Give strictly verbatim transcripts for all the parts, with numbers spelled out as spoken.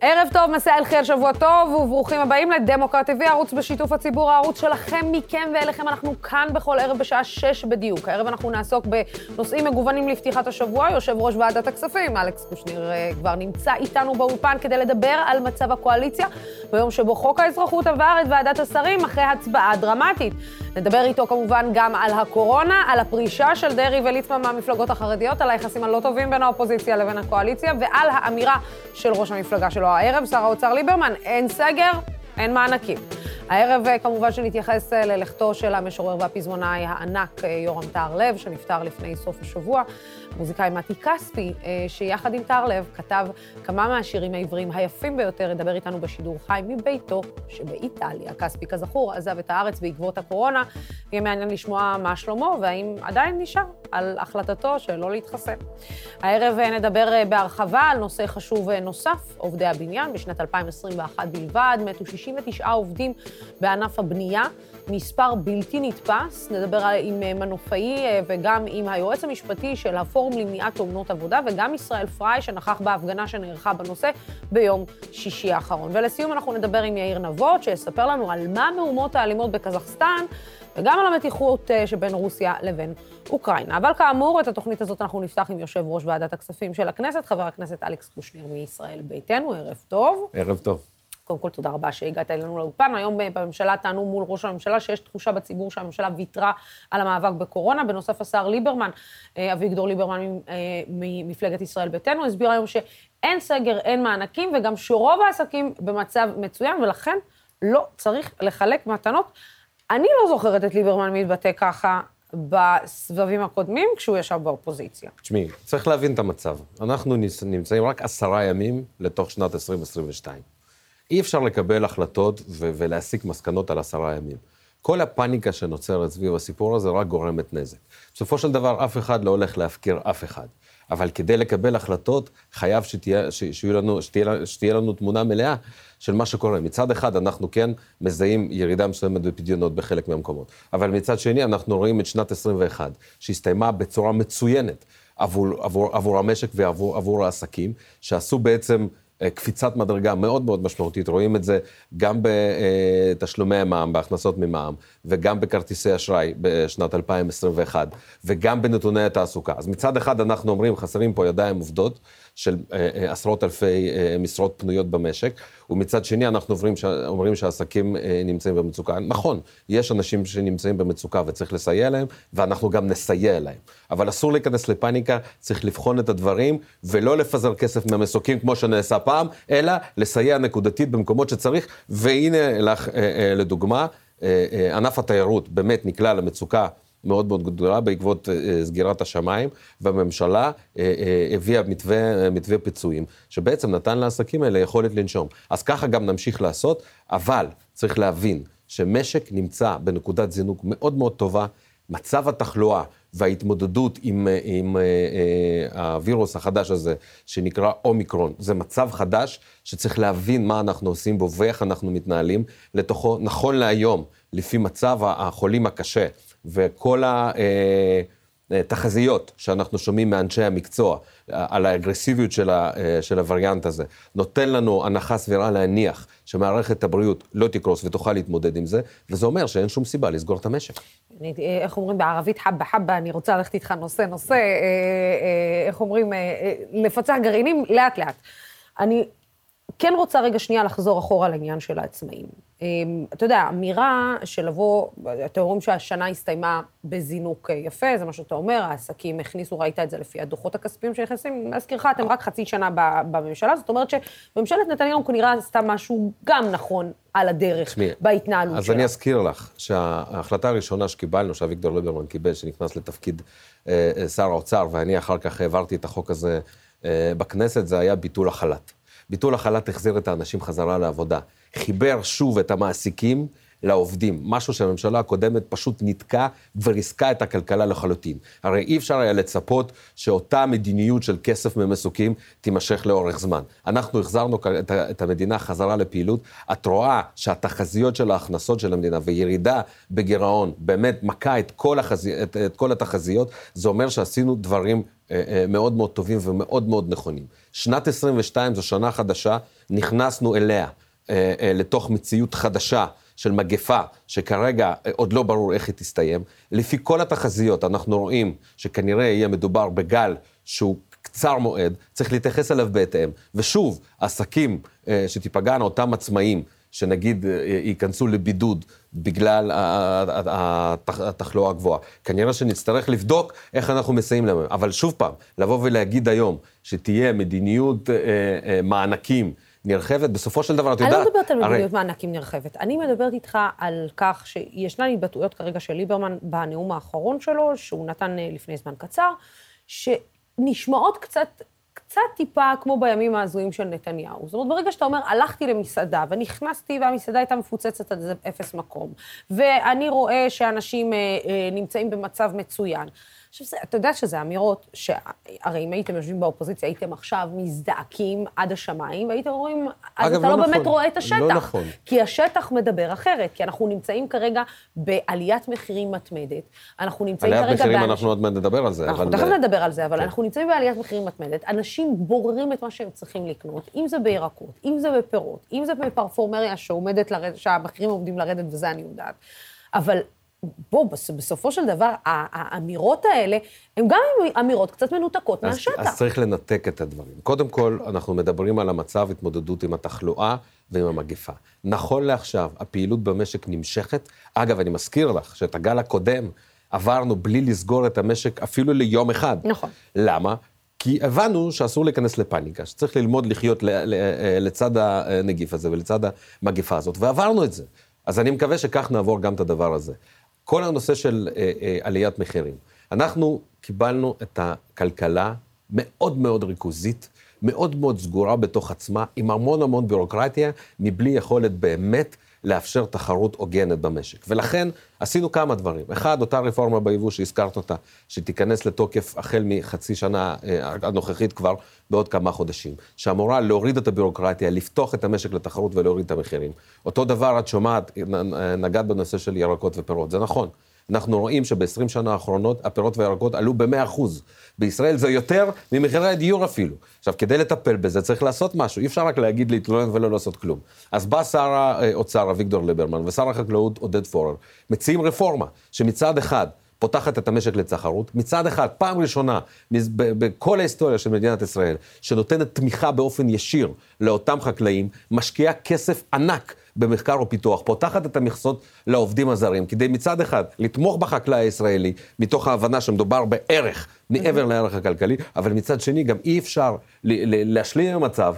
ערב טוב, מסע אל חיר, שבוע טוב, וברוכים הבאים לדמוקרט טי וי, ערוץ בשיתוף הציבור, הערוץ שלכם, מכם ואליכם. אנחנו כאן בכל ערב בשעה שש בדיוק. הערב אנחנו נעסוק בנושאים מגוונים לפתיחת השבוע. יושב ראש ועדת הכספים, אלכס קושניר, כבר נמצא איתנו באולפן כדי לדבר על מצב הקואליציה, ביום שבו חוק האזרחות עבר את ועדת השרים אחרי הצבעה דרמטית. נדבר איתו כמובן גם על הקורונה, על הפרישה של דרעי וליצמן מהמפלגות החרדיות, על היחסים הלא טובים בין האופוזיציה לבין הקואליציה, ועל האמירה של ראש המפלגה שלו הערב, שר האוצר ליברמן, אין סגר, אין מענקים. הערב כמובן שנתייחס ללכתו של המשורר והפזמונאי הענק יורם טהרלב, שנפטר לפני סוף השבוע, מוזיקאי מתי כספי, שיחד עם טהרלב כתב כמה מהשירים העבריים היפים ביותר, ידבר איתנו בשידור חי מביתו שבאיטליה. כספי כזכור עזב את הארץ בעקבות הקורונה, יהיה מעניין לשמוע מה שלמה, והאם עדיין נשאר על החלטתו שלא להתחסן. הערב נדבר בהרחבה על נושא חשוב נוסף, עובדי הבניין. בשנת אלפיים עשרים ואחת בלבד מתו שישים ותשעה עובדים בענף הבנייה, מספר בלתי נתפס. נדבר עם מנופאי וגם עם היועץ המשפטי של הפורום למניעת תאונות עבודה, וגם ישראל פריי שנכח בהפגנה שנערכה בנושא ביום שישי האחרון. ולסיום אנחנו נדבר עם יאיר נבות, שיספר לנו על מה מהומות האלימות בקזחסטן, וגם על המתיחות שבין רוסיה לבין אוקראינה. אבל כאמור, את התוכנית הזאת אנחנו נפתח עם יושב ראש ועדת הכספים של הכנסת, חבר הכנסת אלכס קושניר מישראל ביתנו. ערב טוב. ערב טוב. קודם כל, תודה רבה שהגעת אלינו לאולפן. היום בממשלה טענו מול ראש הממשלה שיש תחושה בציבור שהממשלה ויתרה על המאבק בקורונה. בנוסף, השר ליברמן, אביגדור ליברמן ממפלגת ישראל ביתנו, הסביר היום שאין סגר, אין מענקים, וגם שרוב העסקים במצב מצוין, ולכן לא צריך לחלק מתנות. אני לא זוכרת את ליברמן מתבטא ככה בסבבים הקודמים, כשהוא ישב באופוזיציה. תשמעי, צריך להבין את המצב. אנחנו נמצאים רק עשרה ימים לתוך שנת עשרים עשרים ושתיים. אי אפשר לקבל החלטות ו- ולהסיק מסקנות על עשרה ימים. כל הפאניקה שנוצרת סביב הסיפור הזה רק גורמת נזק. בסופו של דבר, אף אחד לא הולך להפקיר אף אחד. אבל כדי לקבל החלטות, חייב שתהיה, ש- שתהיה, לנו, שתהיה, שתהיה לנו תמונה מלאה של מה שקורה. מצד אחד, אנחנו כן מזהים ירידה מסוימת בפדיונות בחלק מהמקומות. אבל מצד שני, אנחנו רואים את שנת עשרים ואחת, שהסתיימה בצורה מצוינת עבור, עבור, עבור המשק ועבור עבור העסקים, שעשו בעצם קפיצת מדרגה מאוד מאוד משמעותית. רואים את זה גם בתשלומי המע"מ, בהכנסות ממע"מ, וגם בכרטיסי אשראי בשנת אלפיים עשרים ואחת, וגם בנתוני התעסוקה. אז מצד אחד אנחנו אומרים, חסרים פה ידיים עובדות של עשרות אלפי משרות פנויות במשק, ומצד שני אנחנו אומרים, אומרים שהעסקים נמצאים במצוקה. נכון, יש אנשים שנמצאים במצוקה וצריך לסייע להם, ואנחנו גם נסייע להם. אבל אסור להיכנס לפאניקה, צריך לבחון את הדברים, ולא לפזר כסף מהמסוקים כמו שנעשה פעם, אלא לסייע נקודתית במקומות שצריך. והנה לך, לדוגמה, ענף התיירות באמת נקלע למצוקה מאוד מאוד גדולה בעקבות סגירת השמיים, והממשלה הביאה מתווה, מתווה פיצויים, שבעצם נתן לעסקים האלה יכולת לנשום. אז ככה גם נמשיך לעשות, אבל צריך להבין שמשק נמצא בנקודת זינוק מאוד מאוד טובה, מצב התחלואה וההתמודדות עם, עם אה, הווירוס החדש הזה, שנקרא אומיקרון, זה מצב חדש שצריך להבין מה אנחנו עושים בו ואיך אנחנו מתנהלים לתוכו. נכון להיום, לפי מצב החולים הקשה, וכל התחזיות שאנחנו שומעים מאנשי המקצוע על האגרסיביות של, ה, של הווריאנט הזה, נותן לנו הנחה סבירה להניח שמערכת הבריאות לא תקרוס ותוכל להתמודד עם זה, וזה אומר שאין שום סיבה לסגור את המשק. אני, איך אומרים בערבית חבא חבא, אני רוצה ללכת איתך נושא נושא, איך אומרים, לפצח גרעינים לאט לאט. אני כן רוצה רגע שנייה לחזור אחורה לעניין של העצמאים. אתה יודע, אמירה של לבוא, אתם אומרים שהשנה הסתיימה בזינוק יפה, זה מה שאתה אומר, העסקים הכניסו, ראית את זה לפי הדוחות הכספיים שנכנסים, להזכירך, אתם רק חצי שנה בממשלה, זאת אומרת שממשלת נתניהו כנראה עשתה משהו גם נכון על הדרך בהתנהלות שלה. אז אני אזכיר לך שההחלטה הראשונה שקיבלנו, שאביגדור ליברמן קיבל, שנכנס לתפקיד שר האוצר, ואני אחר כך העברתי את החוק הזה בכנסת, זה היה ביטול החל"ת. ביטול החל"ת החזיר את האנשים חזרה לעבודה, חיבר שוב את המעסיקים לעובדים, משהו שהממשלה הקודמת פשוט נתקע וריסקה את הכלכלה לחלוטין. הרי אי אפשר היה לצפות שאותה מדיניות של כסף ממסוקים תימשך לאורך זמן. אנחנו החזרנו את המדינה חזרה לפעילות, את רואה שהתחזיות של ההכנסות של המדינה וירידה בגירעון באמת מכה את כל, החזי... את, את כל התחזיות, זה אומר שעשינו דברים מאוד מאוד טובים ומאוד מאוד נכונים. שנת עשרים ושתיים זו שנה חדשה, נכנסנו אליה לתוך מציאות חדשה של מגפה, שכרגע עוד לא ברור איך היא תסתיים. לפי כל התחזיות אנחנו רואים שכנראה יהיה מדובר בגל שהוא קצר מועד, צריך להתייחס אליו בהתאם. ושוב, עסקים שתיפגענה, אותם עצמאים, שנגיד ייכנסו לבידוד בגלל התחלואה הגבוהה. כנראה שנצטרך לבדוק איך אנחנו מסייעים להם. אבל שוב פעם, לבוא ולהגיד היום שתהיה מדיניות מענקים נרחבת, בסופו של דבר, את יודעת... אני לא מדברת על מדיניות מענקים נרחבת. אני מדברת איתך על כך שישנן התבטאויות כרגע של ליברמן בנאום האחרון שלו, שהוא נתן לפני זמן קצר, שנשמעות קצת... קצת טיפה כמו בימים ההזויים של נתניהו. זאת אומרת, ברגע שאתה אומר, הלכתי למסעדה, ונכנסתי, והמסעדה הייתה מפוצצת עד אפס מקום, ואני רואה שאנשים אה, אה, נמצאים במצב מצוין. עכשיו, זה, אתה יודע שזה אמירות, שהרי אם הייתם יושבים באופוזיציה, הייתם עכשיו מזדעקים עד השמיים, והייתם אומרים, אז אגב, אתה לא, לא באמת נכון. רואה את השטח. לא נכון. כי השטח מדבר אחרת, כי אנחנו נמצאים כרגע בעליית מחירים מתמדת, אנחנו נמצאים כרגע... עליית מחירים אנחנו עוד מעט נדבר על זה, אנחנו אבל... תכף נדבר על זה, אבל כן. אנחנו נמצאים בעליית מחירים מתמדת, אנשים בוררים את מה שהם צריכים לקנות, אם זה בירקות, אם זה בפירות, אם זה בפרפורמריה שעומדת לרדת, שהמחירים עומדים לרדת, וזה אני יודעת. אבל בוא, בסופו של דבר, האמירות האלה, הן גם אמירות קצת מנותקות אז, מהשטח. אז צריך לנתק את הדברים. קודם כל, אנחנו מדברים על המצב, התמודדות עם התחלואה ועם המגפה. נכון לעכשיו, הפעילות במשק נמשכת. אגב, אני מזכיר לך שאת הגל הקודם עברנו בלי לסגור את המשק אפילו ליום אחד. נכון. למה? כי הבנו שאסור להיכנס לפאניקה, שצריך ללמוד לחיות לצד הנגיף הזה ולצד המגפה הזאת, ועברנו את זה. אז אני מקווה שכך נעבור גם את הדבר הזה. כל הנושא של אה, אה, עליית מחירים. אנחנו קיבלנו את הכלכלה מאוד מאוד ריכוזית, מאוד מאוד סגורה בתוך עצמה, עם המון המון בירוקרטיה, מבלי יכולת באמת לאפשר תחרות הוגנת במשק. ולכן עשינו כמה דברים. אחד, אותה רפורמה ביבוא שהזכרת אותה, שתיכנס לתוקף החל מחצי שנה אה, הנוכחית כבר בעוד כמה חודשים, שאמורה להוריד את הבירוקרטיה, לפתוח את המשק לתחרות ולהוריד את המחירים. אותו דבר, את שומעת, נגעת בנושא של ירקות ופירות. זה נכון. אנחנו רואים שב-עשרים שנה האחרונות הפירות והירקות עלו ב-מאה אחוז. בישראל זה יותר ממחירי הדיור אפילו. עכשיו, כדי לטפל בזה צריך לעשות משהו. אי אפשר רק להגיד להתלונן ולא לעשות כלום. אז בא שר האוצר אביגדור ליברמן ושר החקלאות עודד פורר, מציעים רפורמה שמצד אחד פותחת את המשק לתחרות, מצד אחד, פעם ראשונה בכל ההיסטוריה של מדינת ישראל, שנותנת תמיכה באופן ישיר לאותם חקלאים, משקיעה כסף ענק במחקר ופיתוח, פותחת את המכסות לעובדים הזרים, כדי מצד אחד לתמוך בחקלאי הישראלי, מתוך ההבנה שמדובר בערך, מעבר לערך הכלכלי, אבל מצד שני גם אי אפשר להשלים עם המצב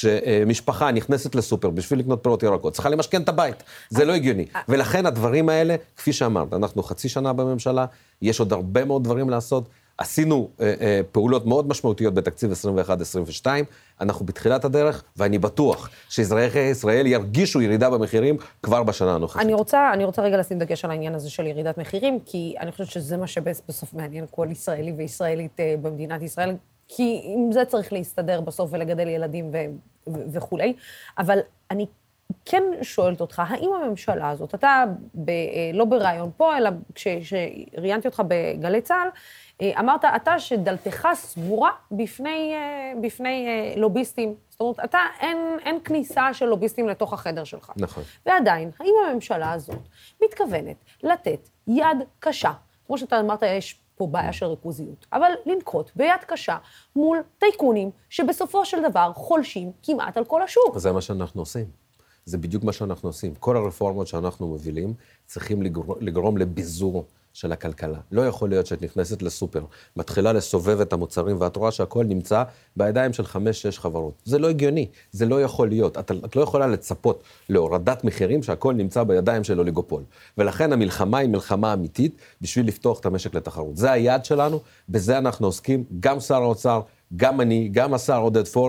שמשפחה נכנסת לסופר בשביל לקנות פירות ירקות, צריכה למשכן את הבית, זה לא הגיוני. ולכן הדברים האלה, כפי שאמרת, אנחנו חצי שנה בממשלה, יש עוד הרבה מאוד דברים לעשות, עשינו אה, אה, פעולות מאוד משמעותיות בתקציב עשרים ואחת עשרים ושתיים, אנחנו בתחילת הדרך, ואני בטוח שאזרחי ישראל ירגישו ירידה במחירים כבר בשנה הנוכחית. אני רוצה, אני רוצה רגע לשים דגש על העניין הזה של ירידת מחירים, כי אני חושבת שזה מה שבסוף מעניין כל ישראלי וישראלית אה, במדינת ישראל, כי עם זה צריך להסתדר בסוף ולגדל ילדים ו- ו- וכולי, אבל אני כן שואלת אותך, האם הממשלה הזאת, אתה ב, לא ברעיון פה, אלא כשראיינתי אותך בגלי צה"ל, אמרת, אתה שדלתך סגורה בפני, בפני לוביסטים. זאת אומרת, אתה, אין, אין כניסה של לוביסטים לתוך החדר שלך. נכון. ועדיין, האם הממשלה הזאת מתכוונת לתת יד קשה, כמו שאתה אמרת, יש פה בעיה של ריכוזיות, אבל לנקוט ביד קשה מול טייקונים שבסופו של דבר חולשים כמעט על כל השוק. זה מה שאנחנו עושים. זה בדיוק מה שאנחנו עושים. כל הרפורמות שאנחנו מובילים צריכים לגרום, לגרום לביזור של הכלכלה. לא יכול להיות שאת נכנסת לסופר, מתחילה לסובב את המוצרים, ואת רואה שהכל נמצא בידיים של חמש, שש חברות. זה לא הגיוני, זה לא יכול להיות. את, את לא יכולה לצפות להורדת מחירים שהכל נמצא בידיים של אוליגופול. ולכן המלחמה היא מלחמה אמיתית בשביל לפתוח את המשק לתחרות. זה היעד שלנו, בזה אנחנו עוסקים, גם שר האוצר, גם אני, גם השר עודד פורר,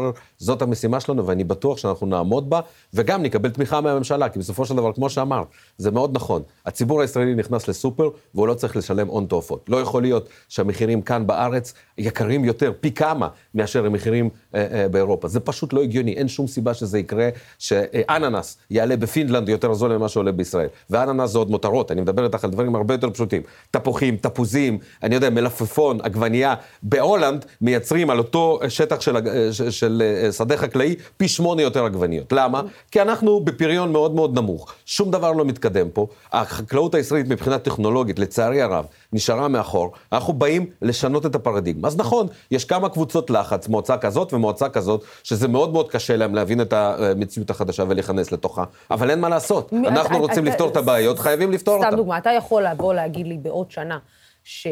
זאת המשימה שלנו, ואני בטוח שאנחנו נעמוד בה, וגם נקבל תמיכה מהממשלה, כי בסופו של דבר, כמו שאמר, זה מאוד נכון. הציבור הישראלי נכנס לסופר, והוא לא צריך לשלם הון תועפות. לא יכול להיות שהמחירים כאן בארץ יקרים יותר, פי כמה, מאשר המחירים אה, אה, באירופה. זה פשוט לא הגיוני, אין שום סיבה שזה יקרה, שאננס יעלה בפינלנד יותר זול ממה שעולה בישראל. ואננס זה עוד מותרות, אני מדבר איתך על דברים הרבה יותר פשוטים. תפוחים, תפוזים, אני יודע, מלפפון, עגבנייה. בהולנד מייצרים על אותו שטח של, של, של שדה חקלאי פי שמונה יותר עגבניות. למה? כי אנחנו בפריון מאוד מאוד נמוך. שום דבר לא מתקדם פה. החקלאות הישראלית מבחינה טכנולוגית, לצערי הרב, נשארה מאחור. אנחנו באים לשנות את הפרדיגמה. אז נכון, יש כמה קבוצות לחץ, מועצה כזאת ומועצה כזאת, שזה מאוד מאוד קשה להם להבין את המציאות החדשה ולהיכנס לתוכה. אבל אין מה לעשות. אנחנו רוצים לפתור את הבעיות, חייבים לפתור אותם. סתם דוגמה, אתה יכול לבוא להגיד לי בעוד שנה, ש...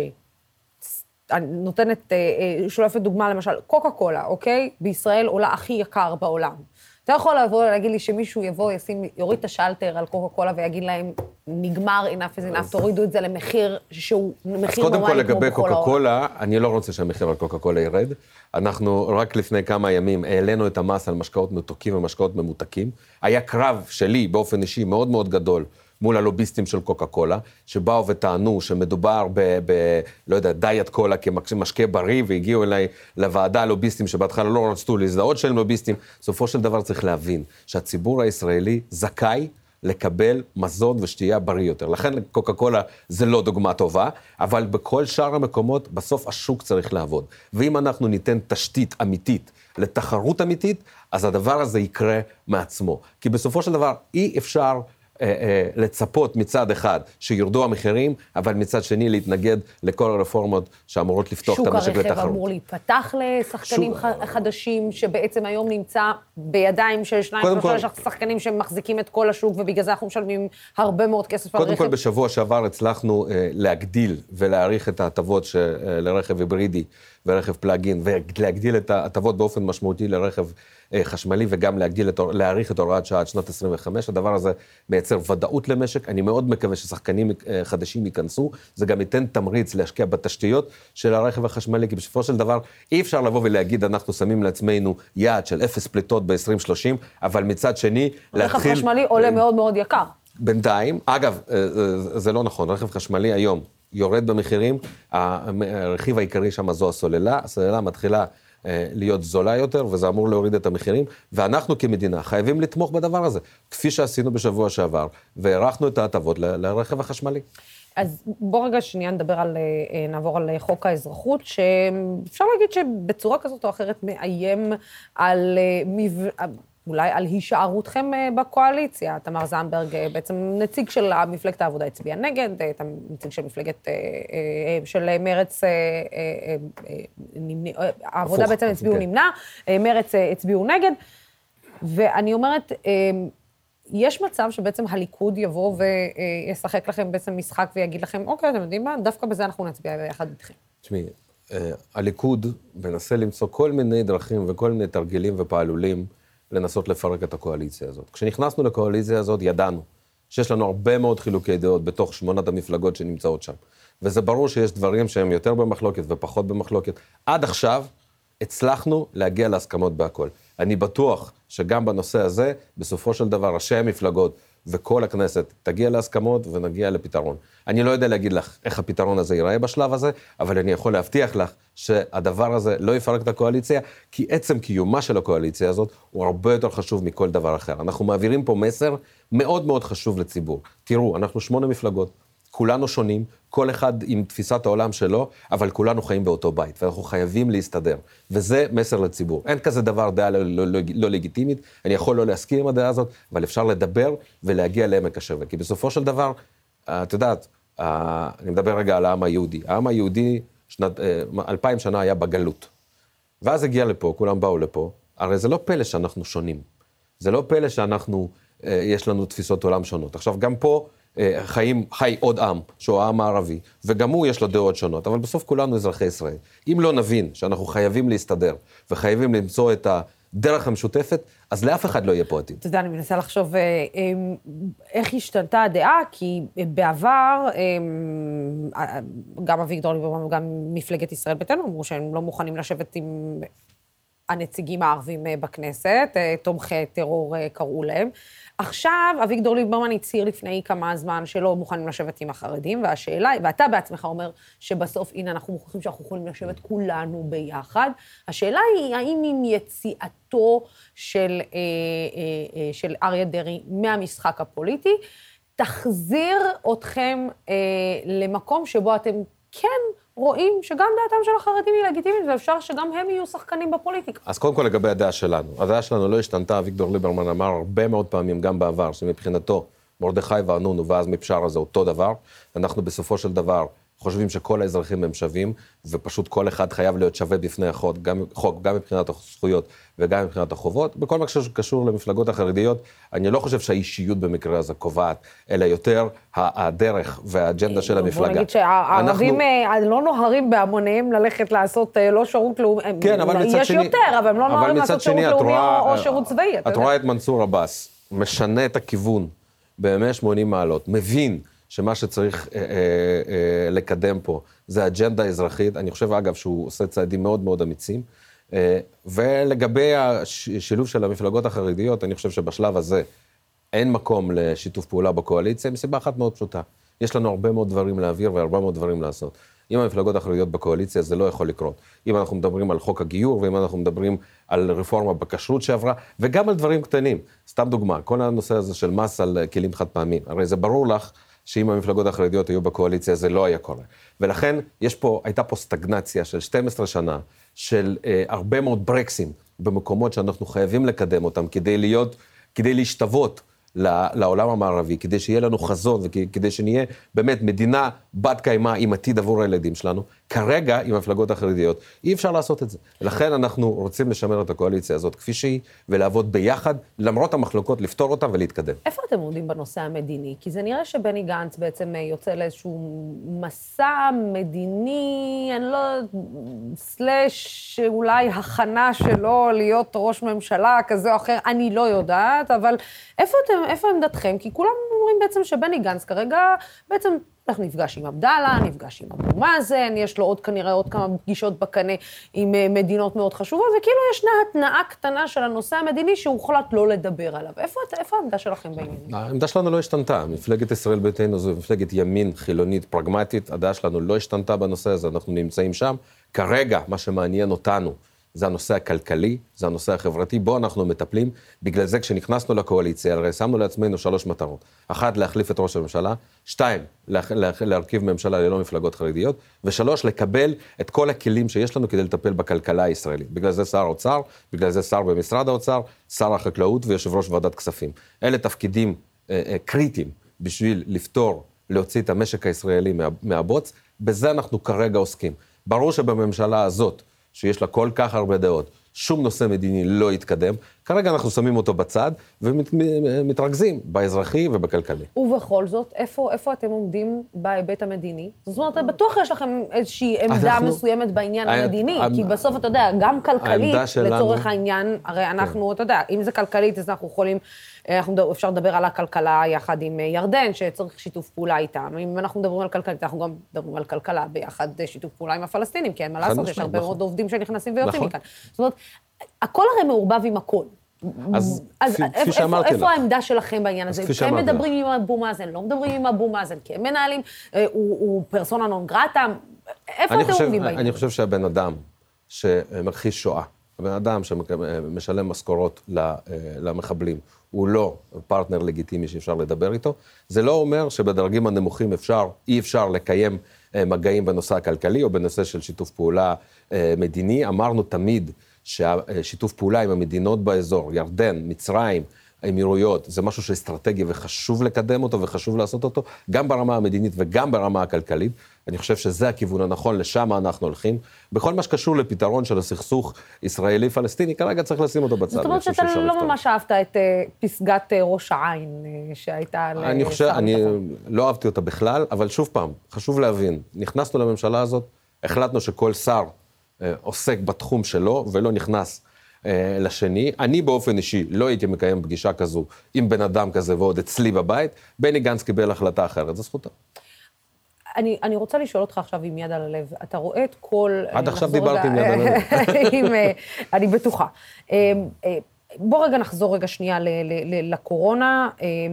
אני נותנת, שולפת דוגמה למשל, קוקה קולה, אוקיי? בישראל עולה הכי יקר בעולם. אתה יכול לבוא ולהגיד לי שמישהו יבוא, ישים, יוריד את השלטר על קוקה קולה ויגיד להם, נגמר, enough is enough, תורידו את זה למחיר שהוא מחיר נורמלי כמו בכל העולם. אז קודם כל לגבי קוקה קולה, אני לא רוצה שהמחיר על קוקה קולה ירד. אנחנו רק לפני כמה ימים העלינו את המס על משקאות מתוקים ומשקאות ממותקים. היה קרב שלי באופן אישי מאוד מאוד גדול, מול הלוביסטים של קוקה קולה, שבאו וטענו שמדובר ב, ב לא יודע, דיאט קולה כמשקה בריא, והגיעו אליי לוועדה לוביסטים שבהתחלה לא רצו להזדהות שהם לוביסטים. סופו של דבר צריך להבין שהציבור הישראלי זכאי לקבל מזון ושתייה בריא יותר. לכן קוקה קולה זה לא דוגמה טובה, אבל בכל שאר המקומות בסוף השוק צריך לעבוד. ואם אנחנו ניתן תשתית אמיתית לתחרות אמיתית, אז הדבר הזה יקרה מעצמו. כי בסופו של דבר אי אפשר לצפות מצד אחד שירדו המחירים, אבל מצד שני להתנגד לכל הרפורמות שאמורות לפתוח את המשק לתחרות. שוק הרכב אמור להיפתח לשחקנים חדשים, שבעצם היום נמצא בידיים של שניים, שלושה שחקנים שמחזיקים את כל השוק, ובגלל זה אנחנו משלמים הרבה מאוד כסף על רכב. קודם כל, בשבוע שעבר הצלחנו להגדיל ולהעריך את ההטבות לרכב היברידי ורכב פלאגין, ולהגדיל את ההטבות באופן משמעותי לרכב חשמלי, וגם להגדיל את, להאריך את הוראת שעה עד שנת עשרים וחמש. הדבר הזה מייצר ודאות למשק. אני מאוד מקווה ששחקנים חדשים ייכנסו. זה גם ייתן תמריץ להשקיע בתשתיות של הרכב החשמלי, כי בסופו של דבר אי אפשר לבוא ולהגיד, אנחנו שמים לעצמנו יעד של אפס פליטות ב-עשרים שלושים, אבל מצד שני להתחיל... רכב חשמלי עולה מאוד מאוד יקר. בינתיים, אגב, זה לא נכון, רכב חשמלי היום יורד במחירים, הרכיב העיקרי שם זו הסוללה, הסוללה מתחילה להיות זולה יותר, וזה אמור להוריד את המחירים, ואנחנו כמדינה חייבים לתמוך בדבר הזה, כפי שעשינו בשבוע שעבר, והערכנו את ההטבות ל- לרכב החשמלי. אז בוא רגע שנייה נדבר על, נעבור על חוק האזרחות, שאפשר להגיד שבצורה כזאת או אחרת מאיים על אולי על הישארותכם בקואליציה. תמר זנדברג, בעצם נציג של מפלגת העבודה הצביע נגד, נציג של מפלגת, של מרץ, העבודה בעצם הצביעו נמנע, מרץ הצביעו נגד, ואני אומרת, יש מצב שבעצם הליכוד יבוא וישחק לכם בעצם משחק ויגיד לכם, אוקיי, אתם יודעים מה, דווקא בזה אנחנו נצביע ביחד איתכם. תשמעי, הליכוד מנסה למצוא כל מיני דרכים וכל מיני תרגילים ופעלולים, לנסות לפרק את הקואליציה הזאת. כשנכנסנו לקואליציה הזאת, ידענו שיש לנו הרבה מאוד חילוקי דעות בתוך שמונת המפלגות שנמצאות שם. וזה ברור שיש דברים שהם יותר במחלוקת ופחות במחלוקת. עד עכשיו הצלחנו להגיע להסכמות בהכל. אני בטוח שגם בנושא הזה, בסופו של דבר, ראשי המפלגות וכל הכנסת תגיע להסכמות ונגיע לפתרון. אני לא יודע להגיד לך איך הפתרון הזה ייראה בשלב הזה, אבל אני יכול להבטיח לך שהדבר הזה לא יפרק את הקואליציה, כי עצם קיומה של הקואליציה הזאת הוא הרבה יותר חשוב מכל דבר אחר. אנחנו מעבירים פה מסר מאוד מאוד חשוב לציבור. תראו, אנחנו שמונה מפלגות, כולנו שונים, כל אחד עם תפיסת העולם שלו, אבל כולנו חיים באותו בית, ואנחנו חייבים להסתדר. וזה מסר לציבור. אין כזה דבר דעה לא, לא, לא, לא לגיטימית, אני יכול לא להסכים עם הדעה הזאת, אבל אפשר לדבר ולהגיע לעמק השווה. כי בסופו של דבר, את יודעת, אני מדבר רגע על העם היהודי. העם היהודי, שנת, אלפיים שנה היה בגלות. ואז הגיע לפה, כולם באו לפה, הרי זה לא פלא שאנחנו שונים. זה לא פלא שאנחנו, יש לנו תפיסות עולם שונות. עכשיו, גם פה, חיים, חי עוד עם, שהוא העם הערבי, וגם הוא יש לו דעות שונות, אבל בסוף כולנו אזרחי ישראל. אם לא נבין שאנחנו חייבים להסתדר, וחייבים למצוא את הדרך המשותפת, אז לאף אחד לא יהיה פה עתיד. אתה יודע, אני מנסה לחשוב איך השתנתה הדעה, כי בעבר, גם אביגדור ליברמן וגם מפלגת ישראל ביתנו, אמרו שהם לא מוכנים לשבת עם הנציגים הערבים בכנסת, תומכי טרור קראו להם. עכשיו, אביגדור ליברמן הצהיר לפני כמה זמן שלא מוכנים לשבת עם החרדים, והשאלה, ואתה בעצמך אומר שבסוף, הנה, אנחנו מוכרחים שאנחנו יכולים לשבת כולנו ביחד. השאלה היא, האם עם יציאתו של, אה, אה, אה, של אריה דרעי מהמשחק הפוליטי, תחזיר אתכם אה, למקום שבו אתם כן רואים שגם דעתם של החרדים היא לגיטימית, ואפשר שגם הם יהיו שחקנים בפוליטיקה. אז קודם כל לגבי הדעה שלנו. הדעה שלנו לא השתנתה, אביגדור ליברמן אמר הרבה מאוד פעמים, גם בעבר, שמבחינתו מרדכי וארנונו, ואז מבשארה זה אותו דבר. אנחנו בסופו של דבר חושבים שכל האזרחים הם שווים, ופשוט כל אחד חייב להיות שווה בפני החוק, גם, חוק, גם מבחינת הזכויות וגם מבחינת החובות. בכל מה שקשור למפלגות החרדיות, אני לא חושב שהאישיות במקרה הזה קובעת, אלא יותר הדרך והאג'נדה של המפלגה. בוא נגיד שהערבים אנחנו... לא נוהרים בהמוניהם ללכת לעשות לא שירות לאומי, כן, אבל מצד יש שני, יותר, אבל הם לא נוהרים לעשות שירות לאומי רואה, או, או שירות צבאי. את רואה את מנסור עבאס, משנה את הכיוון ב-מאה ושמונים מעלות, מבין שמה שצריך אה, אה, אה, לקדם פה זה אג'נדה אזרחית, אני חושב אגב שהוא עושה צעדים מאוד מאוד אמיצים, אה, ולגבי השילוב של המפלגות החרדיות, אני חושב שבשלב הזה אין מקום לשיתוף פעולה בקואליציה, מסיבה אחת מאוד פשוטה. יש לנו הרבה מאוד דברים להעביר והרבה מאוד דברים לעשות. אם המפלגות החרדיות בקואליציה זה לא יכול לקרות. אם אנחנו מדברים על חוק הגיור, ואם אנחנו מדברים על רפורמה בכשרות שעברה, וגם על דברים קטנים. סתם דוגמה, כל הנושא הזה של מס על כלים חד פעמים. הרי זה ברור לך שאם המפלגות החרדיות היו בקואליציה, זה לא היה קורה. ולכן יש פה, הייתה פה סטגנציה של שתים עשרה שנה, של אה, הרבה מאוד ברקסים במקומות שאנחנו חייבים לקדם אותם, כדי להיות, כדי להשתוות לעולם המערבי, כדי שיהיה לנו חזון, וכדי שנהיה באמת מדינה בת קיימה עם עתיד עבור הילדים שלנו. כרגע, עם המפלגות החרדיות, אי אפשר לעשות את זה. לכן אנחנו רוצים לשמר את הקואליציה הזאת כפי שהיא, ולעבוד ביחד, למרות המחלוקות, לפתור אותה ולהתקדם. איפה אתם עומדים בנושא המדיני? כי זה נראה שבני גנץ בעצם יוצא לאיזשהו מסע מדיני, אני לא... סלש, אולי הכנה שלו להיות ראש ממשלה כזה או אחר, אני לא יודעת, אבל איפה אתם, איפה עמדתכם? כי כולם אומרים בעצם שבני גנץ כרגע בעצם איך נפגש עם עבדאללה, נפגש עם אבו מאזן, יש לו עוד כנראה עוד כמה פגישות בקנה עם מדינות מאוד חשובות, וכאילו ישנה התנאה קטנה של הנושא המדיני שהוחלט לא לדבר עליו. איפה, איפה העמדה שלכם בעניין? העמדה שלנו לא השתנתה. מפלגת ישראל ביתנו זו מפלגת ימין חילונית פרגמטית, הדעה שלנו לא השתנתה בנושא הזה, אנחנו נמצאים שם. כרגע מה שמעניין אותנו זה הנושא הכלכלי, זה הנושא החברתי, בו אנחנו מטפלים. בגלל זה כשנכנסנו לקואליציה, הרי שמנו לעצמנו שלוש מטרות. אחת, להחליף את ראש הממשלה, שתיים, לה, לה, להרכיב ממשלה ללא מפלגות חרדיות, ושלוש, לקבל את כל הכלים שיש לנו כדי לטפל בכלכלה הישראלית. בגלל זה שר האוצר, בגלל זה שר במשרד האוצר, שר החקלאות ויושב ראש ועדת כספים. אלה תפקידים אה, אה, קריטיים בשביל לפתור, להוציא את המשק הישראלי מה, מהבוץ, בזה אנחנו כרגע עוסקים. ברור שבממשלה הזאת, שיש לה כל כך הרבה דעות, שום נושא מדיני לא יתקדם, כרגע אנחנו שמים אותו בצד, ומתרכזים באזרחי ובכלכלי. ובכל זאת, איפה, איפה אתם עומדים בהיבט המדיני? זאת אומרת, בטוח יש לכם איזושהי עמדה אנחנו, המסוימת בעניין ה- המדיני, ה- כי בסוף, אתה יודע, גם כלכלית, לצורך העניין, הרי אנחנו, כן. אתה יודע, אם זה כלכלית, אז אנחנו יכולים, אנחנו אפשר לדבר על הכלכלה יחד עם ירדן, שצריך שיתוף פעולה איתם. אם אנחנו מדברים על כלכלית, אנחנו גם מדברים על כלכלה ביחד שיתוף פעולה עם הפלסטינים, כי אין מה לעשות, יש הרבה מאוד עובדים שנכנסים ויוצאים מכאן. זאת אומרת, הכל הרי מעורבב עם הכל. אז, אז כפי, איפה, כפי שאמרתי איפה לך. העמדה שלכם בעניין הזה? כן מדברים עם אבו מאזן, לא מדברים עם אבו מאזן, כי הם מנהלים, הוא, הוא פרסונה נון גרטה, איפה אתם חושב, עומדים בעניין? אני חושב שהבן אדם שמכחיש שואה, הבן אדם שמשלם משכורות למחבלים, הוא לא פרטנר לגיטימי שאפשר לדבר איתו, זה לא אומר שבדרגים הנמוכים אפשר, אי אפשר לקיים מגעים בנושא הכלכלי או בנושא של שיתוף פעולה מדיני. אמרנו תמיד שהשיתוף פעולה עם המדינות באזור, ירדן, מצרים, האמירויות, זה משהו שאסטרטגי וחשוב לקדם אותו וחשוב לעשות אותו, גם ברמה המדינית וגם ברמה הכלכלית. אני חושב שזה הכיוון הנכון, לשם אנחנו הולכים. בכל מה שקשור לפתרון של הסכסוך ישראלי-פלסטיני, כרגע צריך לשים אותו בצד. זאת אומרת שאתה לא ממש אהבת את פסגת ראש העין שהייתה על שר אני חושב, אני לא אהבתי אותה בכלל, אבל שוב פעם, חשוב להבין, נכנסנו לממשלה הזאת, החלטנו שכל שר עוסק בתחום שלו ולא נכנס לשני. אני באופן אישי לא הייתי מקיים פגישה כזו עם בן אדם כזה ועוד אצלי בבית. בני גנץ קיבל החלטה אחרת, זו זכותה. אני, אני רוצה לשאול אותך עכשיו עם יד על הלב. אתה רואה את כל... עד עכשיו דיברתי עם יד על הלב. עם, אני בטוחה. בוא רגע נחזור רגע שנייה ל, ל, ל, לקורונה.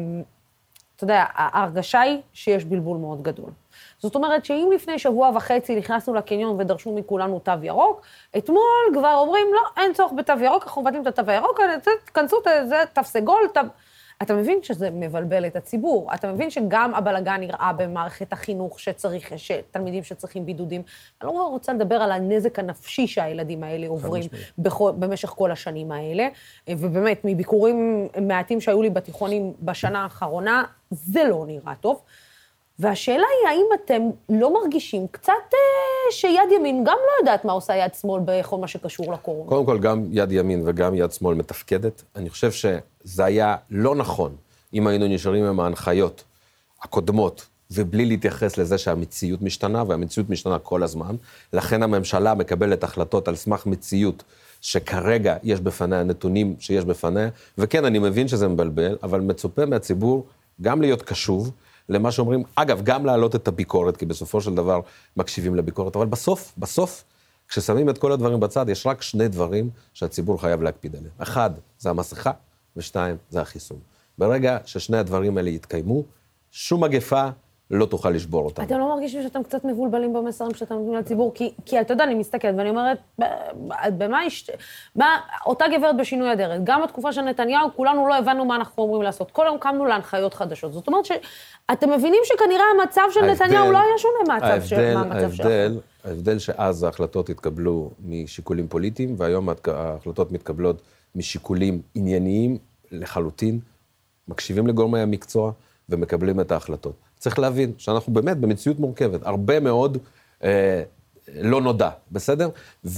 אתה יודע, ההרגשה היא שיש בלבול מאוד גדול. זאת אומרת שאם לפני שבוע וחצי נכנסנו לקניון ודרשו מכולנו תו ירוק, אתמול כבר אומרים, לא, אין צורך בתו ירוק, אנחנו מבטלים את התו הירוק, תכנסו, זה תו סגול, תו... אתה מבין שזה מבלבל את הציבור, אתה מבין שגם הבלגן נראה במערכת החינוך שצריך, שתלמידים שצריכים בידודים. אני לא רוצה לדבר על הנזק הנפשי שהילדים האלה עוברים בכל, במשך כל השנים האלה, ובאמת, מביקורים מעטים שהיו לי בתיכונים בשנה האחרונה, זה לא נראה טוב. והשאלה היא, האם אתם לא מרגישים קצת אה, שיד ימין גם לא יודעת מה עושה יד שמאל בכל מה שקשור לקורונה? קודם כל, גם יד ימין וגם יד שמאל מתפקדת. אני חושב שזה היה לא נכון אם היינו נשארים עם ההנחיות הקודמות, ובלי להתייחס לזה שהמציאות משתנה, והמציאות משתנה כל הזמן. לכן הממשלה מקבלת החלטות על סמך מציאות, שכרגע יש בפניה נתונים שיש בפניה, וכן, אני מבין שזה מבלבל, אבל מצופה מהציבור גם להיות קשוב, למה שאומרים, אגב, גם להעלות את הביקורת, כי בסופו של דבר מקשיבים לביקורת, אבל בסוף, בסוף, כששמים את כל הדברים בצד, יש רק שני דברים שהציבור חייב להקפיד עליהם. אחד, זה המסכה, ושתיים, זה החיסון. ברגע ששני הדברים האלה יתקיימו, שום מגפה לא תוכל לשבור אותם. אתם לא מרגישים שאתם קצת מבולבלים במסרים שאתם נותנים לציבור? כי, כי אתה יודע, אני מסתכלת ואני אומרת, במה יש... מה, אותה גברת בשינוי הדרך, גם בתקופה של נתניהו, כולנו לא הבנו מה אנחנו אומרים לעשות. כל היום קמנו להנחיות חדשות. זאת אומרת שאתם מבינים שכנראה המצב של ההבדל, נתניהו לא היה שונה מהמצב של... ההבדל, ההבדל שאז ההחלטות התקבלו משיקולים פוליטיים, והיום ההחלטות מתקבלות משיקולים ענייניים לחלוטין, מקשיבים לגורמי המקצוע ומקבלים את ההחלטות. צריך להבין שאנחנו באמת במציאות מורכבת, הרבה מאוד אה, לא נודע, בסדר?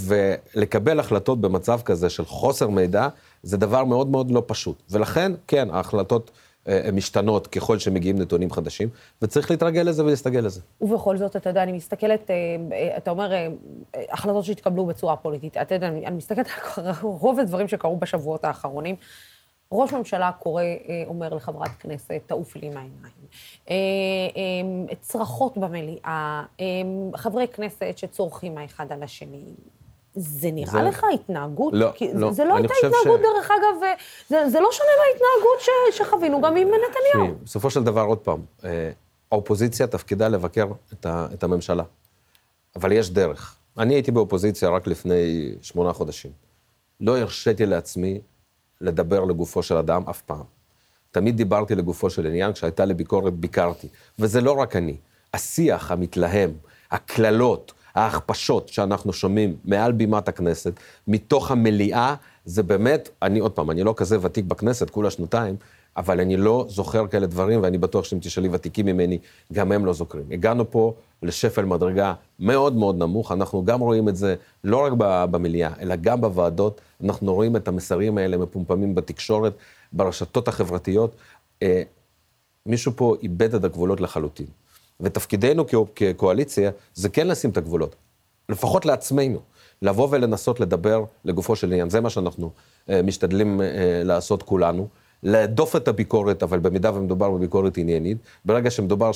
ולקבל החלטות במצב כזה של חוסר מידע, זה דבר מאוד מאוד לא פשוט. ולכן, כן, ההחלטות אה, משתנות ככל שמגיעים נתונים חדשים, וצריך להתרגל לזה ולהסתגל לזה. ובכל זאת, אתה יודע, אני מסתכלת, אה, אתה אומר, אה, החלטות שהתקבלו בצורה פוליטית. אתה יודע, אני, אני מסתכלת על רוב הדברים שקרו בשבועות האחרונים, ראש ממשלה קורא, אומר לחברת כנסת, תעוף לי מהעיניים. צרחות במליאה, חברי כנסת שצורכים האחד על השני. זה נראה זה... לך התנהגות? לא, לא. זה לא הייתה התנהגות, ש... דרך אגב, זה, זה לא שונה מההתנהגות ש... שחווינו גם עם נתניהו. שני, בסופו של דבר, עוד פעם, האופוזיציה תפקידה לבקר את, ה... את הממשלה. אבל יש דרך. אני הייתי באופוזיציה רק לפני שמונה חודשים. לא הרשיתי לעצמי לדבר לגופו של אדם אף פעם. תמיד דיברתי לגופו של עניין, כשהייתה לביקורת ביקרתי. וזה לא רק אני. השיח המתלהם, הכללות, ההכפשות שאנחנו שומעים מעל בימת הכנסת, מתוך המליאה, זה באמת, אני עוד פעם, אני לא כזה ותיק בכנסת, כולה שנתיים, אבל אני לא זוכר כאלה דברים, ואני בטוח שאם תשאלי ותיקים ממני, גם הם לא זוכרים. הגענו פה לשפל מדרגה מאוד מאוד נמוך, אנחנו גם רואים את זה לא רק במליאה, אלא גם בוועדות, אנחנו רואים את המסרים האלה מפומפמים בתקשורת, ברשתות החברתיות, אה, מישהו פה איבד את הגבולות לחלוטין. ותפקידנו כקואליציה, זה כן לשים את הגבולות, לפחות לעצמנו, לבוא ולנסות לדבר לגופו של עניין, זה מה שאנחנו אה, משתדלים אה, לעשות כולנו, להדוף את הביקורת, אבל במידה ומדובר בביקורת עניינית, ברגע שמדובר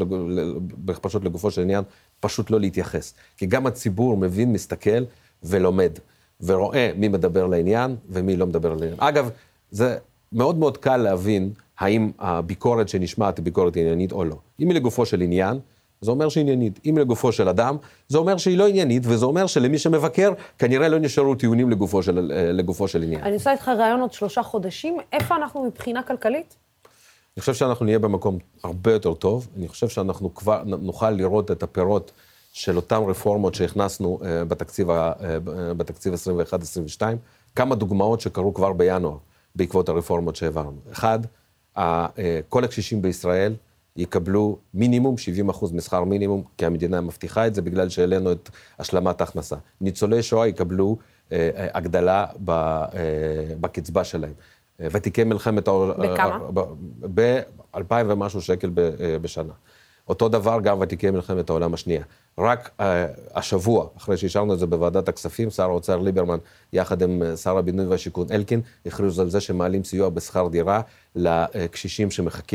בהכפשות לגופו של עניין, פשוט לא להתייחס. כי גם הציבור מבין, מסתכל ולומד, ורואה מי מדבר לעניין ומי לא מדבר לעניין. אגב, זה מאוד מאוד קל להבין האם הביקורת שנשמעת היא ביקורת עניינית או לא. אם היא לגופו של עניין, זה אומר שהיא עניינית. אם לגופו של אדם, זה אומר שהיא לא עניינית, וזה אומר שלמי שמבקר, כנראה לא נשארו טיעונים לגופו של, לגופו של עניין. אני עושה איתך רעיון עוד שלושה חודשים, איפה אנחנו מבחינה כלכלית? אני חושב שאנחנו נהיה במקום הרבה יותר טוב, אני חושב שאנחנו כבר נוכל לראות את הפירות של אותן רפורמות שהכנסנו בתקציב, בתקציב עשרים ואחת עשרים ושתיים, כמה דוגמאות שקרו כבר בינואר, בעקבות הרפורמות שהעברנו. אחד, כל הקשישים בישראל, יקבלו מינימום שבעים אחוז משכר מינימום, כי המדינה מבטיחה את זה, בגלל שהעלינו את השלמת ההכנסה. ניצולי שואה יקבלו אה, הגדלה ב, אה, בקצבה שלהם. ותיקי מלחמת... בכמה? ב-אלפיים ומשהו שקל ב, אה, בשנה. אותו דבר גם ותיקי מלחמת העולם השנייה. רק אה, השבוע, אחרי שהשארנו את זה בוועדת הכספים, שר האוצר ליברמן, יחד עם שר הבינוי והשיכון אלקין, הכריזו על זה שמעלים סיוע בשכר דירה לקשישים שמחכים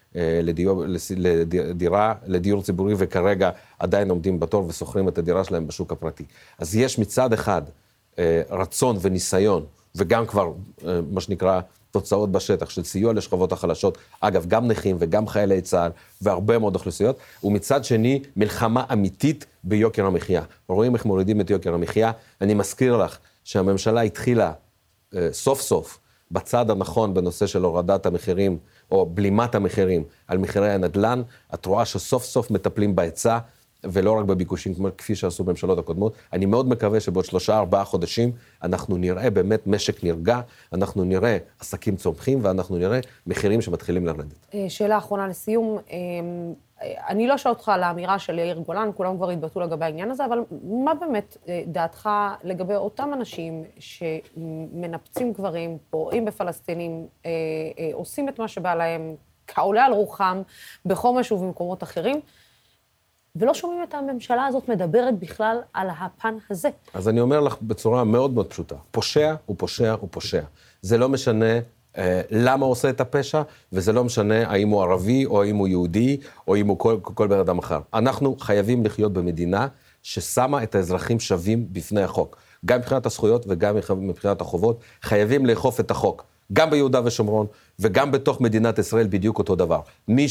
לדיור, לדירה, לדיור ציבורי, וכרגע עדיין עומדים בתור ושוכרים את הדירה שלהם בשוק הפרטי. אז יש מצד אחד רצון וניסיון, וגם כבר, מה שנקרא, תוצאות בשטח של סיוע לשכבות החלשות, אגב, גם נכים וגם חיילי צה"ל, והרבה מאוד אוכלוסיות, ומצד שני, מלחמה אמיתית ביוקר המחיה. רואים איך מורידים את יוקר המחיה. אני מזכיר לך שהממשלה התחילה סוף סוף, בצד הנכון בנושא של הורדת המחירים, או בלימת המחירים על מחירי הנדל"ן. את רואה שסוף סוף מטפלים בהיצע, ולא רק בביקושים, כפי שעשו בממשלות הקודמות. אני מאוד מקווה שבעוד שלושה, ארבעה חודשים, אנחנו נראה באמת משק נרגע, אנחנו נראה עסקים צומחים, ואנחנו נראה מחירים שמתחילים לרדת. שאלה אחרונה לסיום, אני לא שואל אותך על האמירה של יאיר גולן, כולם כבר התבטאו לגבי העניין הזה, אבל מה באמת דעתך לגבי אותם אנשים שמנפצים גברים, פורעים בפלסטינים, עושים את מה שבא להם, כעולה על רוחם, בחומש ובמקומות אחרים, ולא שומעים את הממשלה הזאת מדברת בכלל על הפן הזה. אז אני אומר לך בצורה מאוד מאוד פשוטה, פושע הוא פושע הוא פושע. זה לא משנה אה, למה הוא עושה את הפשע, וזה לא משנה האם הוא ערבי, או האם הוא יהודי, או אם הוא כל, כל בן אדם אחר. אנחנו חייבים לחיות במדינה ששמה את האזרחים שווים בפני החוק. גם מבחינת הזכויות וגם מבחינת החובות, חייבים לאכוף את החוק. גם ביהודה ושומרון, וגם בתוך מדינת ישראל בדיוק אותו דבר. מי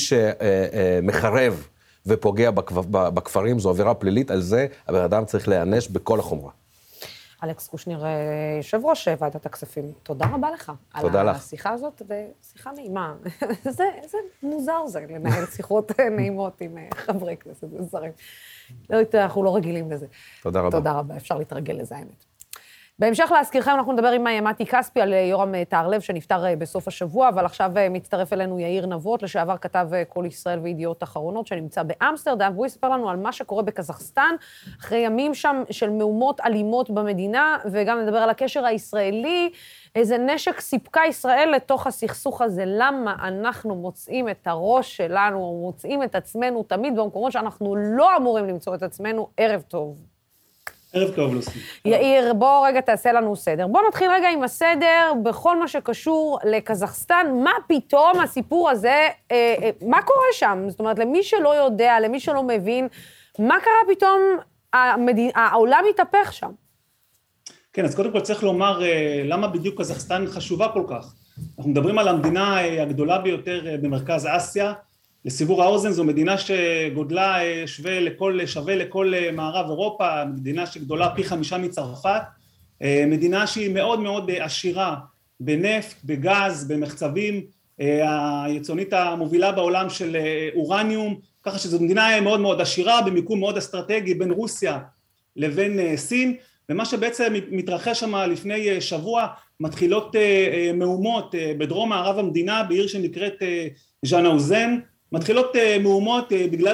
שמחרב ופוגע בכפרים, זו עבירה פלילית, על זה הבן אדם צריך להיענש בכל החומרה. אלכס קושניר, יושב ראש ועדת הכספים, תודה רבה לך. תודה לך. על השיחה הזאת, ושיחה נעימה. זה, זה מוזר זה, לנהל שיחות נעימות עם חברי כנסת ושרים. לא, אנחנו לא רגילים לזה. תודה רבה. תודה רבה, אפשר להתרגל לזה, האמת. בהמשך להזכירכם, אנחנו נדבר עם מתי כספי על יורם תהרלב, שנפטר בסוף השבוע, אבל עכשיו מצטרף אלינו יאיר נבות, לשעבר כתב כל ישראל וידיעות אחרונות, שנמצא באמסטרדם, והוא יספר לנו על מה שקורה בקזחסטן, אחרי ימים שם של מהומות אלימות במדינה, וגם נדבר על הקשר הישראלי, איזה נשק סיפקה ישראל לתוך הסכסוך הזה, למה אנחנו מוצאים את הראש שלנו, מוצאים את עצמנו תמיד במקומות שאנחנו לא אמורים למצוא את עצמנו. ערב טוב. ערב טוב, לוסי. יאיר, בוא רגע תעשה לנו סדר. בוא נתחיל רגע עם הסדר בכל מה שקשור לקזחסטן. מה פתאום הסיפור הזה, אה, אה, מה קורה שם? זאת אומרת, למי שלא יודע, למי שלא מבין, מה קרה פתאום, המדינה, העולם התהפך שם? כן, אז קודם כל צריך לומר אה, למה בדיוק קזחסטן חשובה כל כך. אנחנו מדברים על המדינה אה, הגדולה ביותר אה, במרכז אסיה, לסיבור האוזן, זו מדינה שגודלה שווה לכל, שווה לכל מערב אירופה, מדינה שגדולה פי חמישה מצרפת, מדינה שהיא מאוד מאוד עשירה בנפט, בגז, במחצבים, היצונית המובילה בעולם של אורניום, ככה שזו מדינה מאוד מאוד עשירה, במיקום מאוד אסטרטגי בין רוסיה לבין סין, ומה שבעצם מתרחש שם לפני שבוע, מתחילות מהומות בדרום מערב המדינה, בעיר שנקראת ז'אנאוזן, מתחילות מהומות בגלל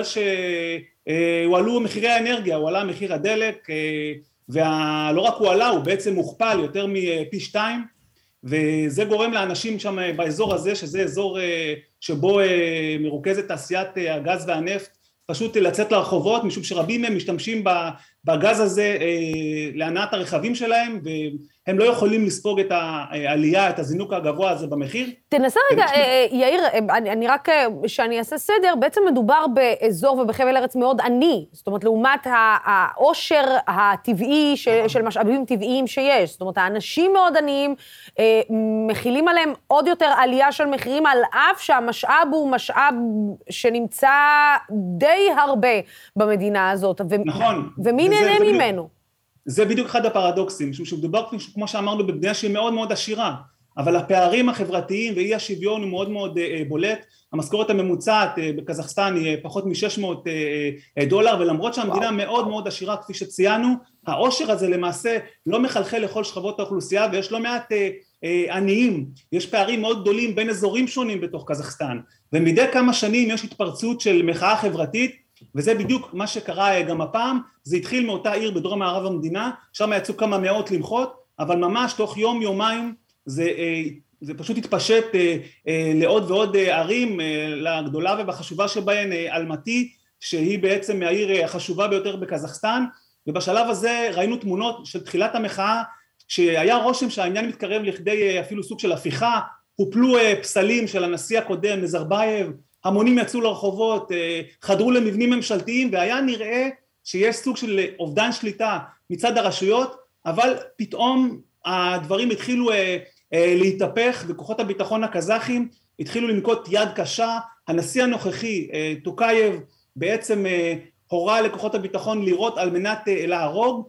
שהועלו מחירי האנרגיה, הוא עלה מחיר הדלק, ולא רק הוא עלה, הוא בעצם מוכפל יותר מפי שתיים, וזה גורם לאנשים שם באזור הזה, שזה אזור שבו מרוכזת תעשיית הגז והנפט, פשוט לצאת לרחובות, משום שרבים מהם משתמשים בגז הזה להנעת הרכבים שלהם, והם לא יכולים לספוג את העלייה, את הזינוק הגבוה הזה במחיר. תנסה רגע, יאיר, אני רק, שאני אעשה סדר, בעצם מדובר באזור ובחבל ארץ מאוד עני, זאת אומרת, לעומת העושר הטבעי של משאבים טבעיים שיש, זאת אומרת, האנשים מאוד עניים, מכילים עליהם עוד יותר עלייה של מחירים, על אף שהמשאב הוא משאב שנמצא די הרבה במדינה הזאת. נכון. ומי נהנה ממנו? זה בדיוק אחד הפרדוקסים, משום שמדובר, כמו שאמרנו, במדינה שהיא מאוד מאוד עשירה, אבל הפערים החברתיים ואי השוויון הוא מאוד מאוד בולט. המשכורת הממוצעת בקזחסטן היא פחות מ-שש מאות דולר, ולמרות שהמדינה מאוד מאוד עשירה, כפי שציינו, העושר הזה למעשה לא מחלחל לכל שכבות האוכלוסייה, ויש לא מעט עניים, יש פערים מאוד גדולים בין אזורים שונים בתוך קזחסטן, ומדי כמה שנים יש התפרצות של מחאה חברתית, וזה בדיוק מה שקרה גם הפעם. זה התחיל מאותה עיר בדרום מערב המדינה, שם יצאו כמה מאות למחות, אבל ממש תוך יום יומיים זה, זה פשוט התפשט לעוד ועוד ערים, לגדולה ובחשובה שבהן אלמטי, שהיא בעצם העיר החשובה ביותר בקזחסטן, ובשלב הזה ראינו תמונות של תחילת המחאה, שהיה רושם שהעניין מתקרב לכדי אפילו סוג של הפיכה, הופלו פסלים של הנשיא הקודם נזרבייב, המונים יצאו לרחובות, חדרו למבנים ממשלתיים, והיה נראה שיש סוג של אובדן שליטה מצד הרשויות, אבל פתאום הדברים התחילו להתהפך, וכוחות הביטחון הקזחים התחילו לנקוט יד קשה. הנשיא הנוכחי, טוקייב, בעצם הורה לכוחות הביטחון לירות על מנת להרוג,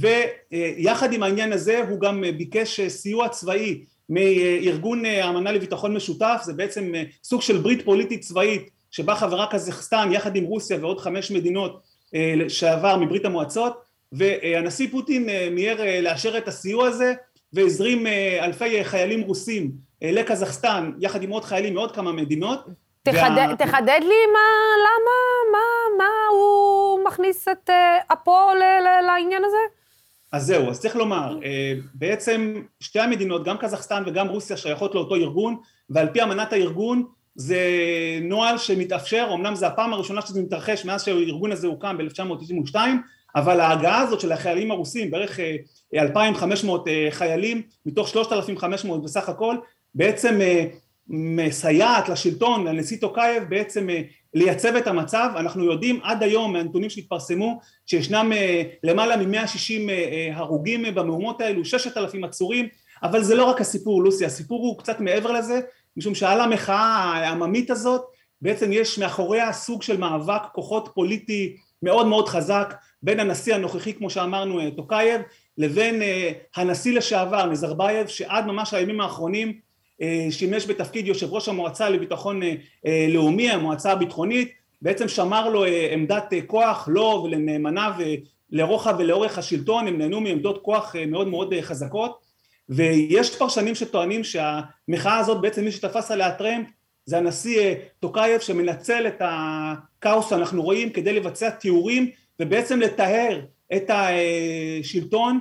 ויחד עם העניין הזה הוא גם ביקש סיוע צבאי מארגון האמנה לביטחון משותף. זה בעצם סוג של ברית פוליטית צבאית שבה חברה קזחסטן יחד עם רוסיה ועוד חמש מדינות שעבר מברית המועצות, והנשיא פוטין מיהר לאשר את הסיוע הזה והזרים אלפי חיילים רוסים לקזחסטן יחד עם עוד חיילים מעוד כמה מדינות. תחדד, וה... תחדד לי מה, למה, מה, מה הוא מכניס את אפו לעניין הזה? אז זהו, אז צריך לומר, בעצם שתי המדינות, גם קזחסטן וגם רוסיה, שייכות לאותו ארגון, ועל פי אמנת הארגון זה נוהל שמתאפשר, אמנם זה הפעם הראשונה שזה מתרחש מאז שהארגון הזה הוקם ב-אלף תשע מאות תשעים ושתיים, אבל ההגעה הזאת של החיילים הרוסים, בערך אלפיים וחמש מאות חיילים, מתוך שלושת אלפים וחמש מאות בסך הכל, בעצם מסייעת לשלטון, לנשיא טוקייב, בעצם לייצב את המצב. אנחנו יודעים עד היום מהנתונים שהתפרסמו, שישנם למעלה מ-מאה ושישים הרוגים במהומות האלו, שישת אלפים עצורים, אבל זה לא רק הסיפור, לוסי, הסיפור הוא קצת מעבר לזה, משום שעל המחאה העממית הזאת, בעצם יש מאחוריה סוג של מאבק כוחות פוליטי מאוד מאוד חזק, בין הנשיא הנוכחי, כמו שאמרנו, טוקייב, לבין הנשיא לשעבר, נזרבייב, שעד ממש הימים האחרונים, שימש בתפקיד יושב ראש המועצה לביטחון לאומי, המועצה הביטחונית, בעצם שמר לו עמדת כוח, לו ולנאמניו לרוחב ולאורך השלטון, הם נהנו מעמדות כוח מאוד מאוד חזקות, ויש פרשנים שטוענים שהמחאה הזאת בעצם מי שתפס עליה טרמפ, זה הנשיא טוקייב שמנצל את הכאוס שאנחנו רואים כדי לבצע תיאורים, ובעצם לתאר את השלטון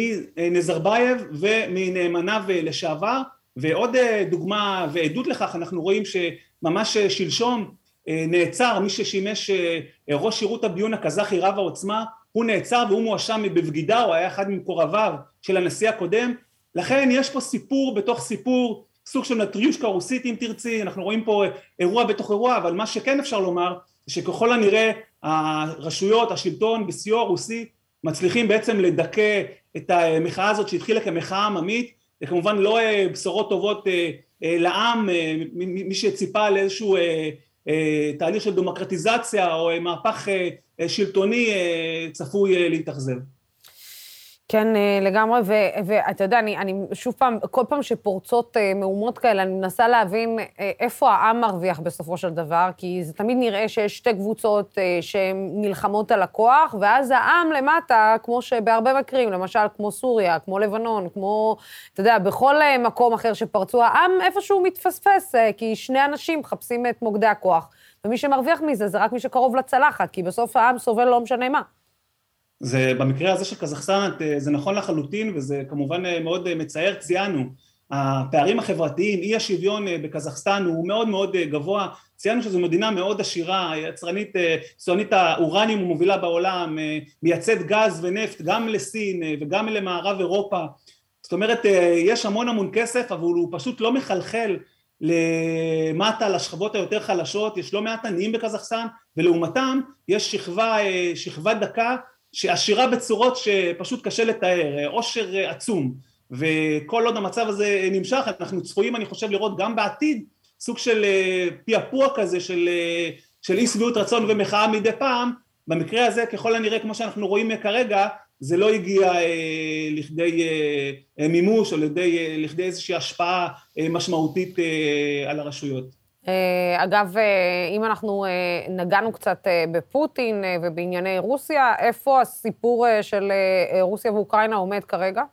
מנזרבייב ומנאמניו לשעבר. ועוד דוגמה ועדות לכך, אנחנו רואים שממש שלשום נעצר מי ששימש ראש שירות הביון הקזחי רב העוצמה, הוא נעצר והוא מואשם בבגידה, הוא היה אחד ממקורביו של הנשיא הקודם. לכן יש פה סיפור בתוך סיפור, סוג של מטריושקה רוסית אם תרצי, אנחנו רואים פה אירוע בתוך אירוע, אבל מה שכן אפשר לומר, שככל הנראה הרשויות, השלטון בסיוע הרוסי, מצליחים בעצם לדכא את המחאה הזאת שהתחילה כמחאה עממית, וכמובן לא בשורות טובות לעם, מי שציפה לאיזשהו תהליך של דמוקרטיזציה או מהפך שלטוני צפוי להתאכזב. כן, לגמרי, ואתה יודע, אני, אני שוב פעם, כל פעם שפורצות מהומות כאלה, אני מנסה להבין איפה העם מרוויח בסופו של דבר, כי זה תמיד נראה שיש שתי קבוצות שהן נלחמות על הכוח, ואז העם למטה, כמו שבהרבה מקרים, למשל כמו סוריה, כמו לבנון, כמו, אתה יודע, בכל מקום אחר שפרצו, העם איפשהו מתפספס, כי שני אנשים מחפשים את מוקדי הכוח, ומי שמרוויח מזה זה רק מי שקרוב לצלחת, כי בסוף העם סובל לא משנה מה. זה במקרה הזה של קזחסטן זה נכון לחלוטין, וזה כמובן מאוד מצער. ציינו, הפערים החברתיים, אי השוויון בקזחסטן הוא מאוד מאוד גבוה, ציינו שזו מדינה מאוד עשירה, יצרנית, יצואנית האורניום ומובילה בעולם, מייצאת גז ונפט גם לסין וגם למערב אירופה, זאת אומרת יש המון המון כסף, אבל הוא פשוט לא מחלחל למטה לשכבות היותר חלשות, יש לא מעט עניים בקזחסטן, ולעומתם יש שכבה, שכבה דקה, שעשירה בצורות שפשוט קשה לתאר, עושר עצום, וכל עוד המצב הזה נמשך, אנחנו צפויים, אני חושב, לראות גם בעתיד, סוג של פיאפוע כזה, של, של אי שביעות רצון ומחאה מדי פעם. במקרה הזה, ככל הנראה, כמו שאנחנו רואים כרגע, זה לא הגיע אה, לכדי אה, מימוש, או לכדי, לכדי איזושהי השפעה אה, משמעותית אה, על הרשויות. אגב, אם אנחנו נגענו קצת בפוטין ובענייני רוסיה, איפה הסיפור של רוסיה ואוקראינה עומד כרגע?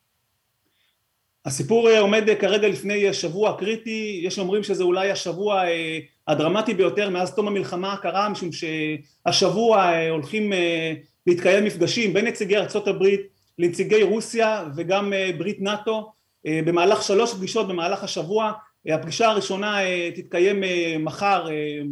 הסיפור עומד כרגע לפני שבוע קריטי, יש אומרים שזה אולי השבוע הדרמטי ביותר מאז תום המלחמה הקרה, משום שהשבוע הולכים להתקיים מפגשים בין נציגי ארצות הברית לנציגי רוסיה וגם ברית נאטו, במהלך שלוש פגישות במהלך השבוע. הפגישה הראשונה תתקיים מחר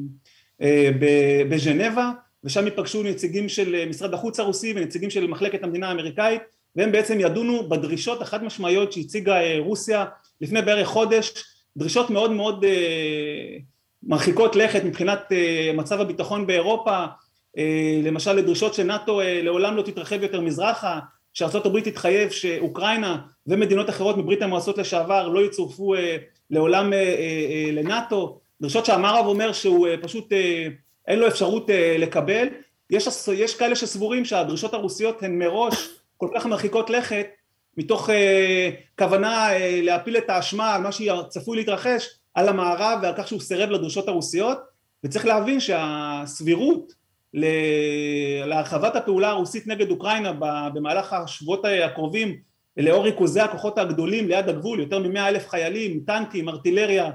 בז'נבה, ושם ייפגשו נציגים של משרד החוץ הרוסי ונציגים של מחלקת המדינה האמריקאית, והם בעצם ידונו בדרישות החד משמעיות שהציגה רוסיה לפני בערך חודש, דרישות מאוד מאוד מרחיקות לכת מבחינת מצב הביטחון באירופה, למשל לדרישות שנאטו לעולם לא תתרחב יותר מזרחה, שארצות הברית תתחייב שאוקראינה ומדינות אחרות מברית המועצות לשעבר לא יצורפו לעולם לנאטו, דרישות שהמערב אומר שהוא פשוט אין לו אפשרות לקבל. יש, יש כאלה שסבורים שהדרישות הרוסיות הן מראש כל כך מרחיקות לכת, מתוך כוונה להפיל את האשמה על מה שצפוי להתרחש על המערב ועל כך שהוא סירב לדרישות הרוסיות, וצריך להבין שהסבירות להרחבת הפעולה הרוסית נגד אוקראינה במהלך השבועות הקרובים לאור ריכוזי הכוחות הגדולים ליד הגבול, יותר ממאה אלף חיילים, טנקים, ארטילריה,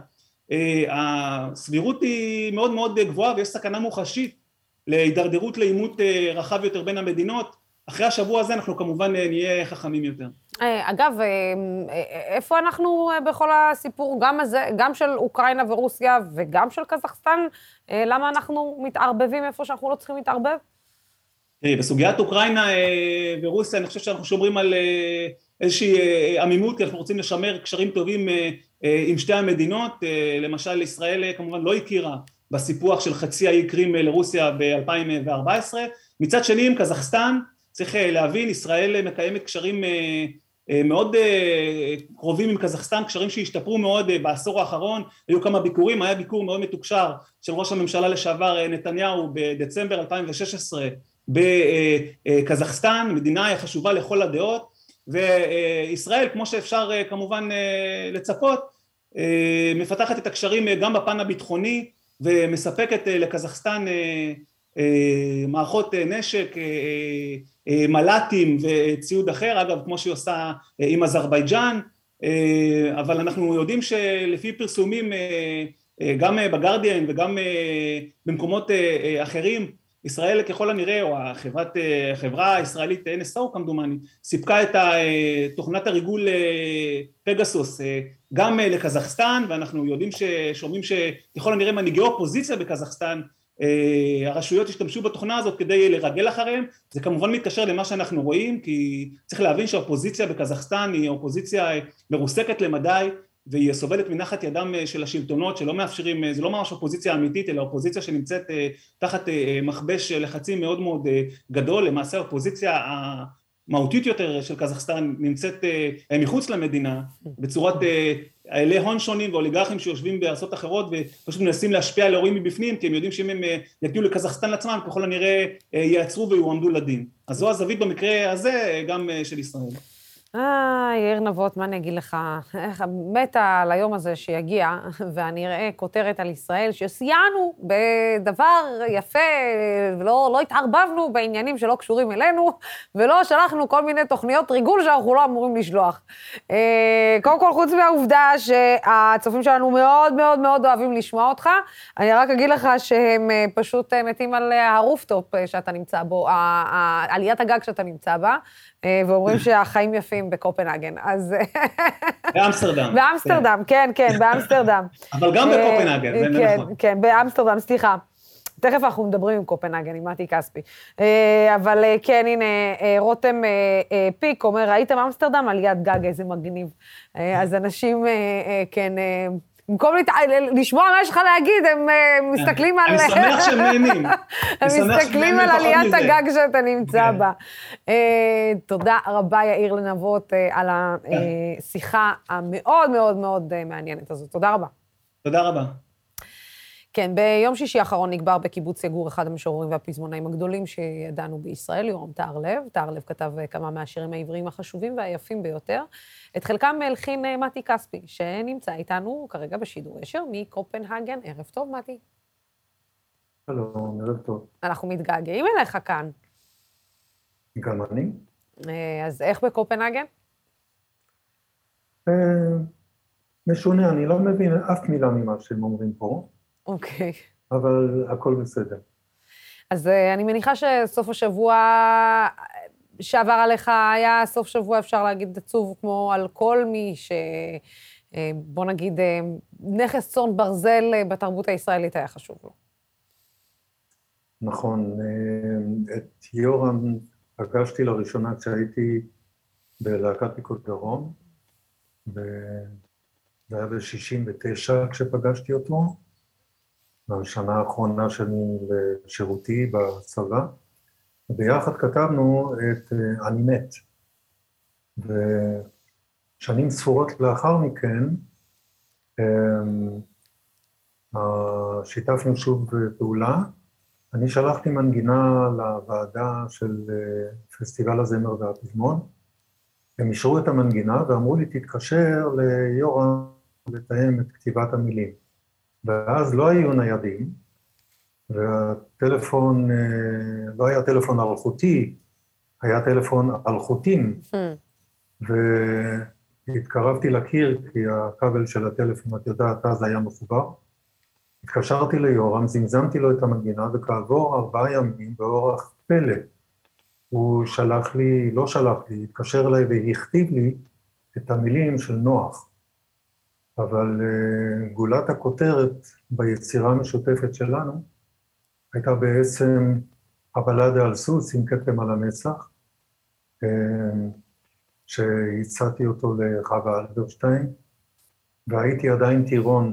הסבירות היא מאוד מאוד גבוהה ויש סכנה מוחשית להידרדרות לעימות רחב יותר בין המדינות. אחרי השבוע הזה אנחנו כמובן נהיה חכמים יותר. אגב, איפה אנחנו בכל הסיפור, גם, הזה, גם של אוקראינה ורוסיה וגם של קזחסטן, למה אנחנו מתערבבים איפה שאנחנו לא צריכים להתערבב? בסוגיית אוקראינה ורוסיה, אני חושב שאנחנו שומרים על איזושהי עמימות, כי אנחנו רוצים לשמר קשרים טובים עם שתי המדינות. למשל, ישראל כמובן לא הכירה בסיפוח של חצי האי קרים לרוסיה ב-אלפיים וארבע עשרה. מצד שני, עם קזחסטן, צריך להבין, ישראל מקיימת קשרים מאוד קרובים עם קזחסטן, קשרים שהשתפרו מאוד בעשור האחרון, היו כמה ביקורים, היה ביקור מאוד מתוקשר של ראש הממשלה לשעבר נתניהו בדצמבר אלפיים ושש עשרה בקזחסטן, מדינה חשובה לכל הדעות, וישראל, כמו שאפשר כמובן לצפות, מפתחת את הקשרים גם בפן הביטחוני, ומספקת לקזחסטן מערכות נשק, מל"טים וציוד אחר, אגב כמו שהיא עושה עם אזרבייג'אן, אבל אנחנו יודעים שלפי פרסומים גם בגרדיאן וגם במקומות אחרים, ישראל ככל הנראה, או החברת, החברה הישראלית אן אס או כמדומני, סיפקה את תוכנת הריגול פגסוס גם לקזחסטן, ואנחנו יודעים ששומעים שככל הנראה מנהיגי אופוזיציה בקזחסטן, הרשויות השתמשו בתוכנה הזאת כדי לרגל אחריהם. זה כמובן מתקשר למה שאנחנו רואים, כי צריך להבין שהאופוזיציה בקזחסטן היא אופוזיציה מרוסקת למדי, והיא סובלת מנחת ידם של השלטונות שלא מאפשרים, זה לא ממש אופוזיציה אמיתית, אלא אופוזיציה שנמצאת תחת מכבש לחצים מאוד מאוד גדול. למעשה האופוזיציה המהותית יותר של קזחסטן נמצאת מחוץ למדינה, בצורת אלה הון שונים ואוליגרכים שיושבים בארצות אחרות ופשוט מנסים להשפיע על אירועים מבפנים, כי הם יודעים שאם הם יגיעו לקזחסטן לעצמם, ככל הנראה יעצרו ויועמדו לדין. אז זו הזווית במקרה הזה גם של ישראל. אה, יאיר נבות, מה אני אגיד לך? איך מתה על היום הזה שיגיע, ואני אראה כותרת על ישראל, שסייענו בדבר יפה, ולא לא התערבבנו בעניינים שלא קשורים אלינו, ולא שלחנו כל מיני תוכניות ריגול שאנחנו לא אמורים לשלוח. קודם כל, חוץ מהעובדה שהצופים שלנו מאוד מאוד מאוד אוהבים לשמוע אותך, אני רק אגיד לך שהם פשוט מתים על הרופטופ שאתה נמצא בו, עליית הגג שאתה נמצא בה, ואומרים שהחיים יפים בקופנהגן, אז... באמסטרדם. באמסטרדם, כן, כן, באמסטרדם. אבל גם בקופנהגן, זה נכון. כן, כן, באמסטרדם, סליחה. תכף אנחנו מדברים עם קופנהגן, עם מתי כספי. אבל כן, הנה, רותם פיק אומר, ראיתם אמסטרדם? עליית גג, איזה מגניב. אז אנשים, כן... במקום לשמוע מה יש לך להגיד, הם מסתכלים על... אני שמח שהם נהנים. הם מסתכלים על עליית הגג שאתה נמצא בה. תודה רבה, יאיר נבות, על השיחה המאוד מאוד מאוד מעניינת הזאת. תודה רבה. תודה רבה. כן, ביום שישי האחרון נקבר בקיבוץ יגור אחד המשוררים והפזמונאים הגדולים שידענו בישראל, יורם טהרלב. טהרלב כתב כמה מהשירים העבריים החשובים והיפים ביותר. את חלקם הלחין מתי כספי, שנמצא איתנו כרגע בשידור ישיר מקופנהגן. ערב טוב, מתי. שלום, ערב טוב. אנחנו מתגעגעים אליך כאן. גם אני. אז איך בקופנהגן? משונה, אני לא מבין אף מילה ממה שהם אומרים פה. אוקיי. אבל הכל בסדר. אז אני מניחה שסוף השבוע שעבר עליך היה סוף שבוע, אפשר להגיד, עצוב כמו על כל מי ש... בוא נגיד, נכס צאן ברזל בתרבות הישראלית היה חשוב לו. נכון. את יורם פגשתי לראשונה כשהייתי בלהקת פיקוד דרום, זה היה ב-שישים ותשע כשפגשתי אותו, מהשנה האחרונה שלי לשירותי בצבא, וביחד כתבנו את אני מת. ושנים ספורות לאחר מכן, שיתפנו שוב פעולה. אני שלחתי מנגינה לוועדה של פסטיבל הזמר והפזמון, הם אישרו את המנגינה ואמרו לי, תתקשר ליורם לתאם את כתיבת המילים. ואז לא היו ניידים, והטלפון, לא היה טלפון אלחוטי, היה טלפון אלחוטים, mm. והתקרבתי לקיר, כי הכבל של הטלפון, את יודעת, אז היה מחובר. התקשרתי ליורם, זמזמתי לו את המנגינה, וכעבור ארבעה ימים, באורח פלא, הוא שלח לי, לא שלח לי, התקשר אליי והכתיב לי את המילים של נוח. אבל uh, גולת הכותרת ביצירה המשותפת שלנו, הייתה בעצם הבלדה על סוס עם כתם על המצח, uh, שהצעתי אותו לחווה אלברשטיין, והייתי עדיין טירון,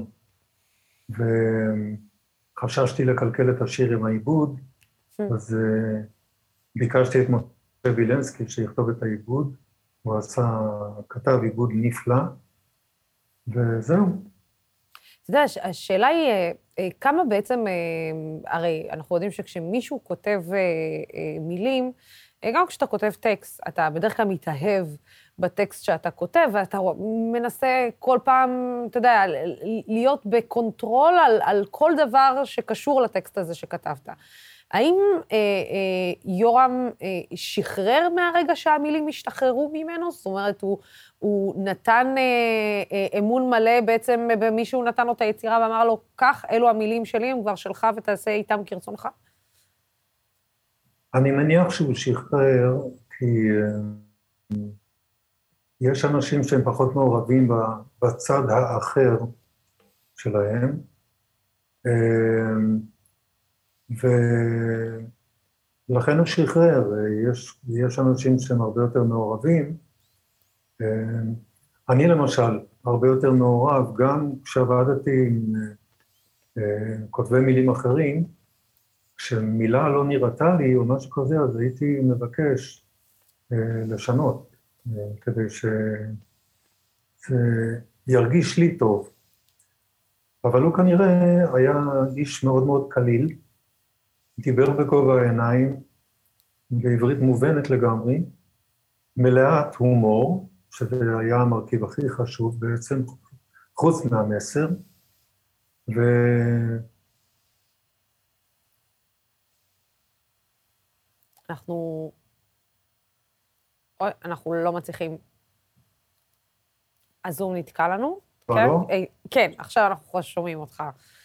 וחששתי לקלקל את השיר עם העיבוד, אז uh, ביקשתי את משה וילנסקי שיכתוב את העיבוד, הוא עשה, כתב עיבוד נפלא, וזהו. אתה יודע, השאלה היא, כמה בעצם, הרי אנחנו יודעים שכשמישהו כותב מילים, גם כשאתה כותב טקסט, אתה בדרך כלל מתאהב בטקסט שאתה כותב, ואתה מנסה כל פעם, אתה יודע, להיות בקונטרול על, על כל דבר שקשור לטקסט הזה שכתבת. האם אה, אה, יורם אה, שחרר מהרגע שהמילים השתחררו ממנו? זאת אומרת, הוא, הוא נתן אה, אה, אמון מלא בעצם במי שהוא נתן לו את היצירה ואמר לו, כך, אלו המילים שלי, הם כבר שלך ותעשה איתם כרצונך? אני מניח שהוא שחרר, כי אה, יש אנשים שהם פחות מעורבים בצד האחר שלהם, אה, ולכן הוא שחרר, יש, יש אנשים שהם הרבה יותר מעורבים. אני למשל, הרבה יותר מעורב, גם כשעבדתי עם כותבי מילים אחרים, כשמילה לא נראתה לי או משהו כזה, אז הייתי מבקש לשנות, כדי שזה ירגיש לי טוב. אבל הוא כנראה היה איש מאוד מאוד קליל, דיבר בגובה העיניים, בעברית מובנת לגמרי, מלאת הומור, שזה היה המרכיב הכי חשוב בעצם, חוץ מהמסר, ו... אנחנו... אוי, אנחנו לא מצליחים... הזום נתקע לנו? כן? לא? כן, עכשיו אנחנו שומעים אותך.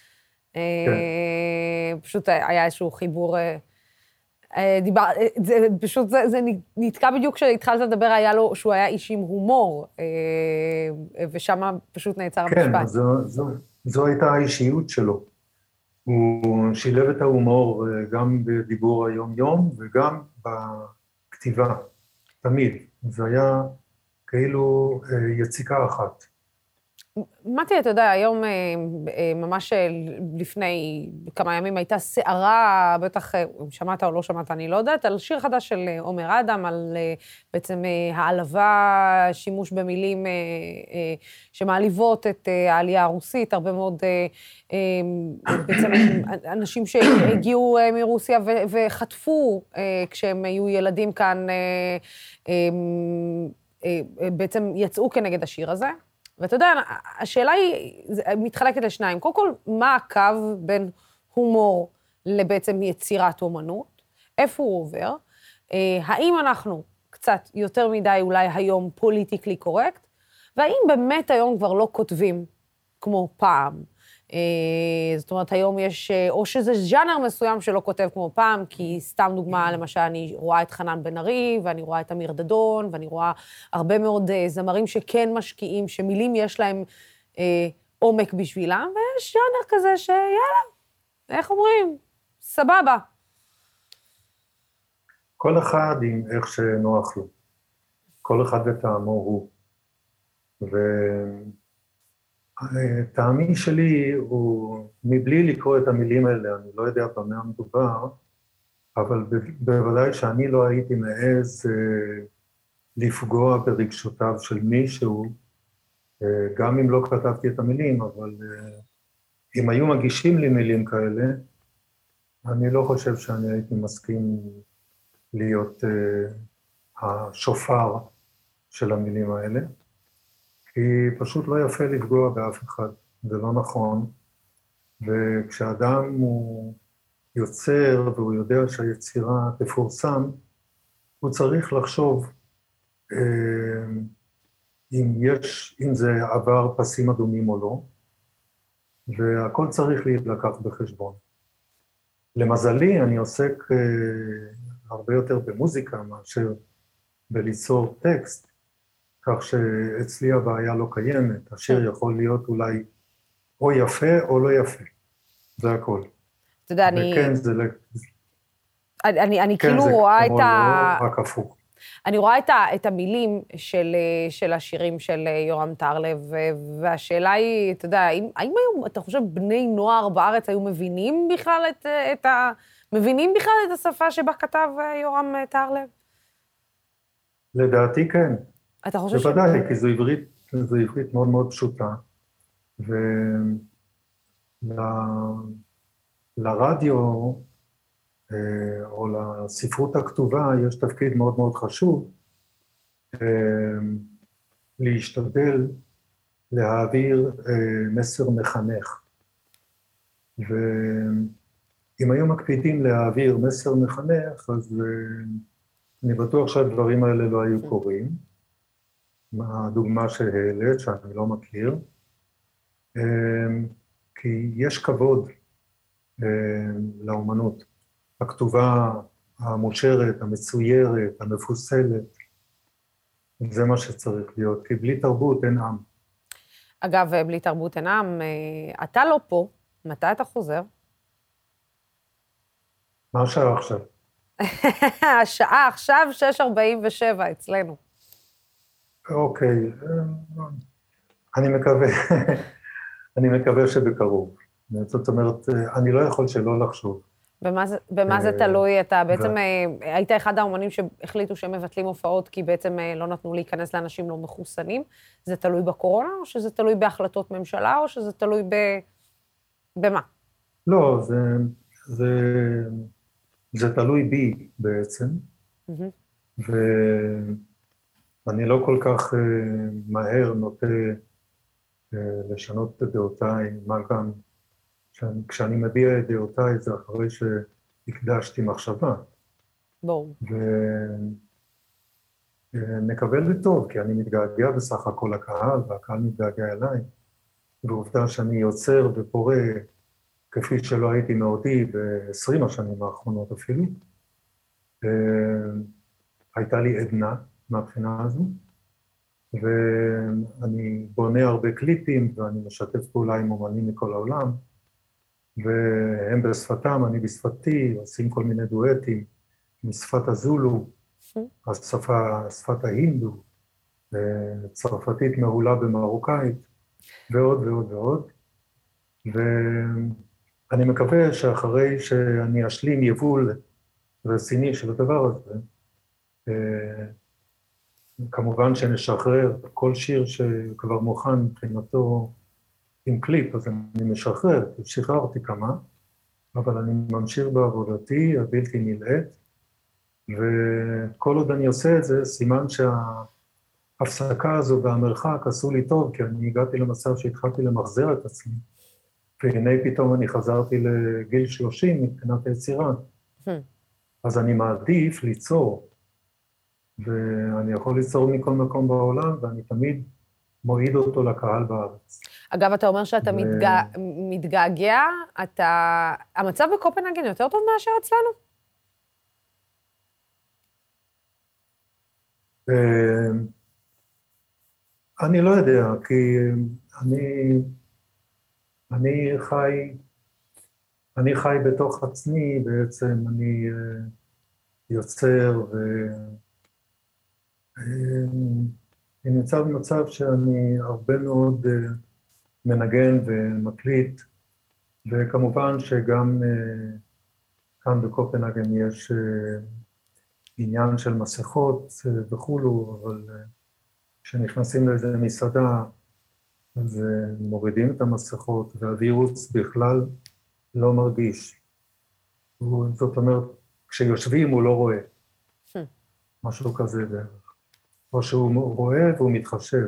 פשוט היה איזשהו חיבור, דיבר, זה, פשוט זה, זה נתקע בדיוק כשהתחלת לדבר, היה לו, שהוא היה איש עם הומור, ושם פשוט נעצר המשפט. כן, זו, זו, זו הייתה האישיות שלו. הוא שילב את ההומור גם בדיבור היום-יום, וגם בכתיבה, תמיד. זה היה כאילו יציקה אחת. מתי, אתה יודע, היום, ממש לפני כמה ימים, הייתה סערה, בטח, שמעת או לא שמעת, אני לא יודעת, על שיר חדש של עומר אדם, על בעצם העלבה, שימוש במילים שמעליבות את העלייה הרוסית, הרבה מאוד בעצם אנשים שהגיעו מרוסיה וחטפו כשהם היו ילדים כאן, בעצם יצאו כנגד השיר הזה. ואתה יודע, השאלה היא, מתחלקת לשניים. קודם כל, מה הקו בין הומור לבעצם יצירת אומנות? איפה הוא עובר? האם אנחנו קצת יותר מדי אולי היום פוליטיקלי קורקט? והאם באמת היום כבר לא כותבים כמו פעם? זאת אומרת, היום יש, או שזה ז'אנר מסוים שלא כותב כמו פעם, כי סתם דוגמה, למשל, אני רואה את חנן בן ארי, ואני רואה את אמיר דדון, ואני רואה הרבה מאוד זמרים שכן משקיעים, שמילים יש להם אה, עומק בשבילם, ויש ז'אנר כזה שיאללה, איך אומרים? סבבה. כל אחד עם איך שנוח לו. כל אחד וטעמו הוא. טעמי שלי הוא, מבלי לקרוא את המילים האלה, אני לא יודע במה מדובר, אבל בוודאי שאני לא הייתי מעז לפגוע ברגשותיו של מישהו, גם אם לא כתבתי את המילים, אבל אם היו מגישים לי מילים כאלה, אני לא חושב שאני הייתי מסכים להיות השופר של המילים האלה, כי פשוט לא יפה לפגוע באף אחד, זה לא נכון, וכשאדם הוא יוצר והוא יודע שהיצירה תפורסם, הוא צריך לחשוב אם יש, אם זה עבר פסים אדומים או לא, והכל צריך להילקח בחשבון. למזלי, אני עוסק הרבה יותר במוזיקה מאשר בליצור טקסט, כך שאצלי הבעיה לא קיימת, השיר יכול להיות אולי או יפה או לא יפה, זה הכל. אתה יודע, אני... וכן, זה... אני, אני כן, כאילו זה רואה את כמו ה... לא רק הפוך. אני רואה את, ה, את המילים של, של השירים של יורם טהרלב, והשאלה היא, אתה יודע, האם, האם היום, אתה חושב, בני נוער בארץ היו מבינים בכלל את, את ה... מבינים בכלל את השפה שבה כתב יורם טהרלב? לדעתי כן. אתה חושב ש... בוודאי, כי זו עברית, זו עברית מאוד מאוד פשוטה, ולרדיו, או לספרות הכתובה, יש תפקיד מאוד מאוד חשוב, להשתדל להעביר מסר מחנך. ואם היו מקפידים להעביר מסר מחנך, אז אני בטוח שהדברים האלה לא היו קורים. הדוגמה שהעלית, שאני לא מכיר, כי יש כבוד לאומנות. הכתובה המושרת, המצוירת, המפוסלת, זה מה שצריך להיות, כי בלי תרבות אין עם. אגב, בלי תרבות אין עם, אתה לא פה, מתי אתה חוזר? מה השעה עכשיו? השעה עכשיו שש ארבעים ושבע אצלנו. אוקיי, אני מקווה, אני מקווה שבקרוב. זאת אומרת, אני לא יכול שלא לחשוב. במה זה, במה זה תלוי? אתה בעצם היית אחד האומנים שהחליטו שהם מבטלים הופעות, כי בעצם לא נתנו להיכנס לאנשים לא מחוסנים. זה תלוי בקורונה, או שזה תלוי בהחלטות ממשלה, או שזה תלוי ב... במה? לא, זה, זה, זה תלוי בי בעצם. Mm-hmm. ואני לא כל כך מהר נוטה לשנות את דעותיי, מה גם... כשאני מביע את דעותיי, זה אחרי שהקדשתי מחשבה. ברור. ונקבל לטוב, כי אני מתגעגע בסך הכל לקהל, והקהל מתגעגע אליי. ועובדה שאני יוצר ופורה, כפי שלא הייתי מעודי ב-עשרים השנים האחרונות אפילו. הייתה לי עדנה מהבחינה הזו, ואני בונה הרבה קליפים, ואני משתף פעולה עם אומנים מכל העולם, והם בשפתם, אני בשפתי, עושים כל מיני דואטים, משפת הזולו, השפה, שפת ההינדו, צרפתית מעולה במרוקאית, ועוד ועוד ועוד. ואני מקווה שאחרי שאני אשלים יבול רציני של הדבר הזה, כמובן שנשחרר כל שיר שכבר מוכן מבחינתו, עם קליפ, אז אני משחרר, שחררתי כמה, אבל אני ממשיך בעבודתי, הבלתי נלאית, וכל עוד אני עושה את זה, סימן שההפסקה הזו והמרחק עשו לי טוב, כי אני הגעתי למצב שהתחלתי למחזר את עצמי, והנה פתאום אני חזרתי לגיל שלושים מבחינת היצירה, אז אני מעדיף ליצור, ואני יכול ליצור מכל מקום בעולם, ואני תמיד מועיד אותו לקהל בארץ. אגב, אתה אומר שאתה ו... מתגע... מתגעגע, אתה... המצב בקופנהגן יותר טוב מאשר אצלנו? אני לא יודע, כי אני, אני חי, אני חי בתוך עצמי בעצם, אני יוצר ו... אני נמצא במצב שאני הרבה מאוד מנגן ומקליט, וכמובן שגם כאן בקופנהגן יש עניין של מסכות וכולו, אבל כשנכנסים לאיזה מסעדה, אז מורידים את המסכות, והווירוס בכלל לא מרגיש. זאת אומרת, כשיושבים הוא לא רואה. משהו כזה דרך. או שהוא רואה והוא מתחשב.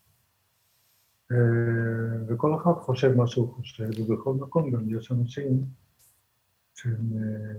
וכל אחד חושב מה שהוא חושב, ובכל מקום גם יש אנשים שהם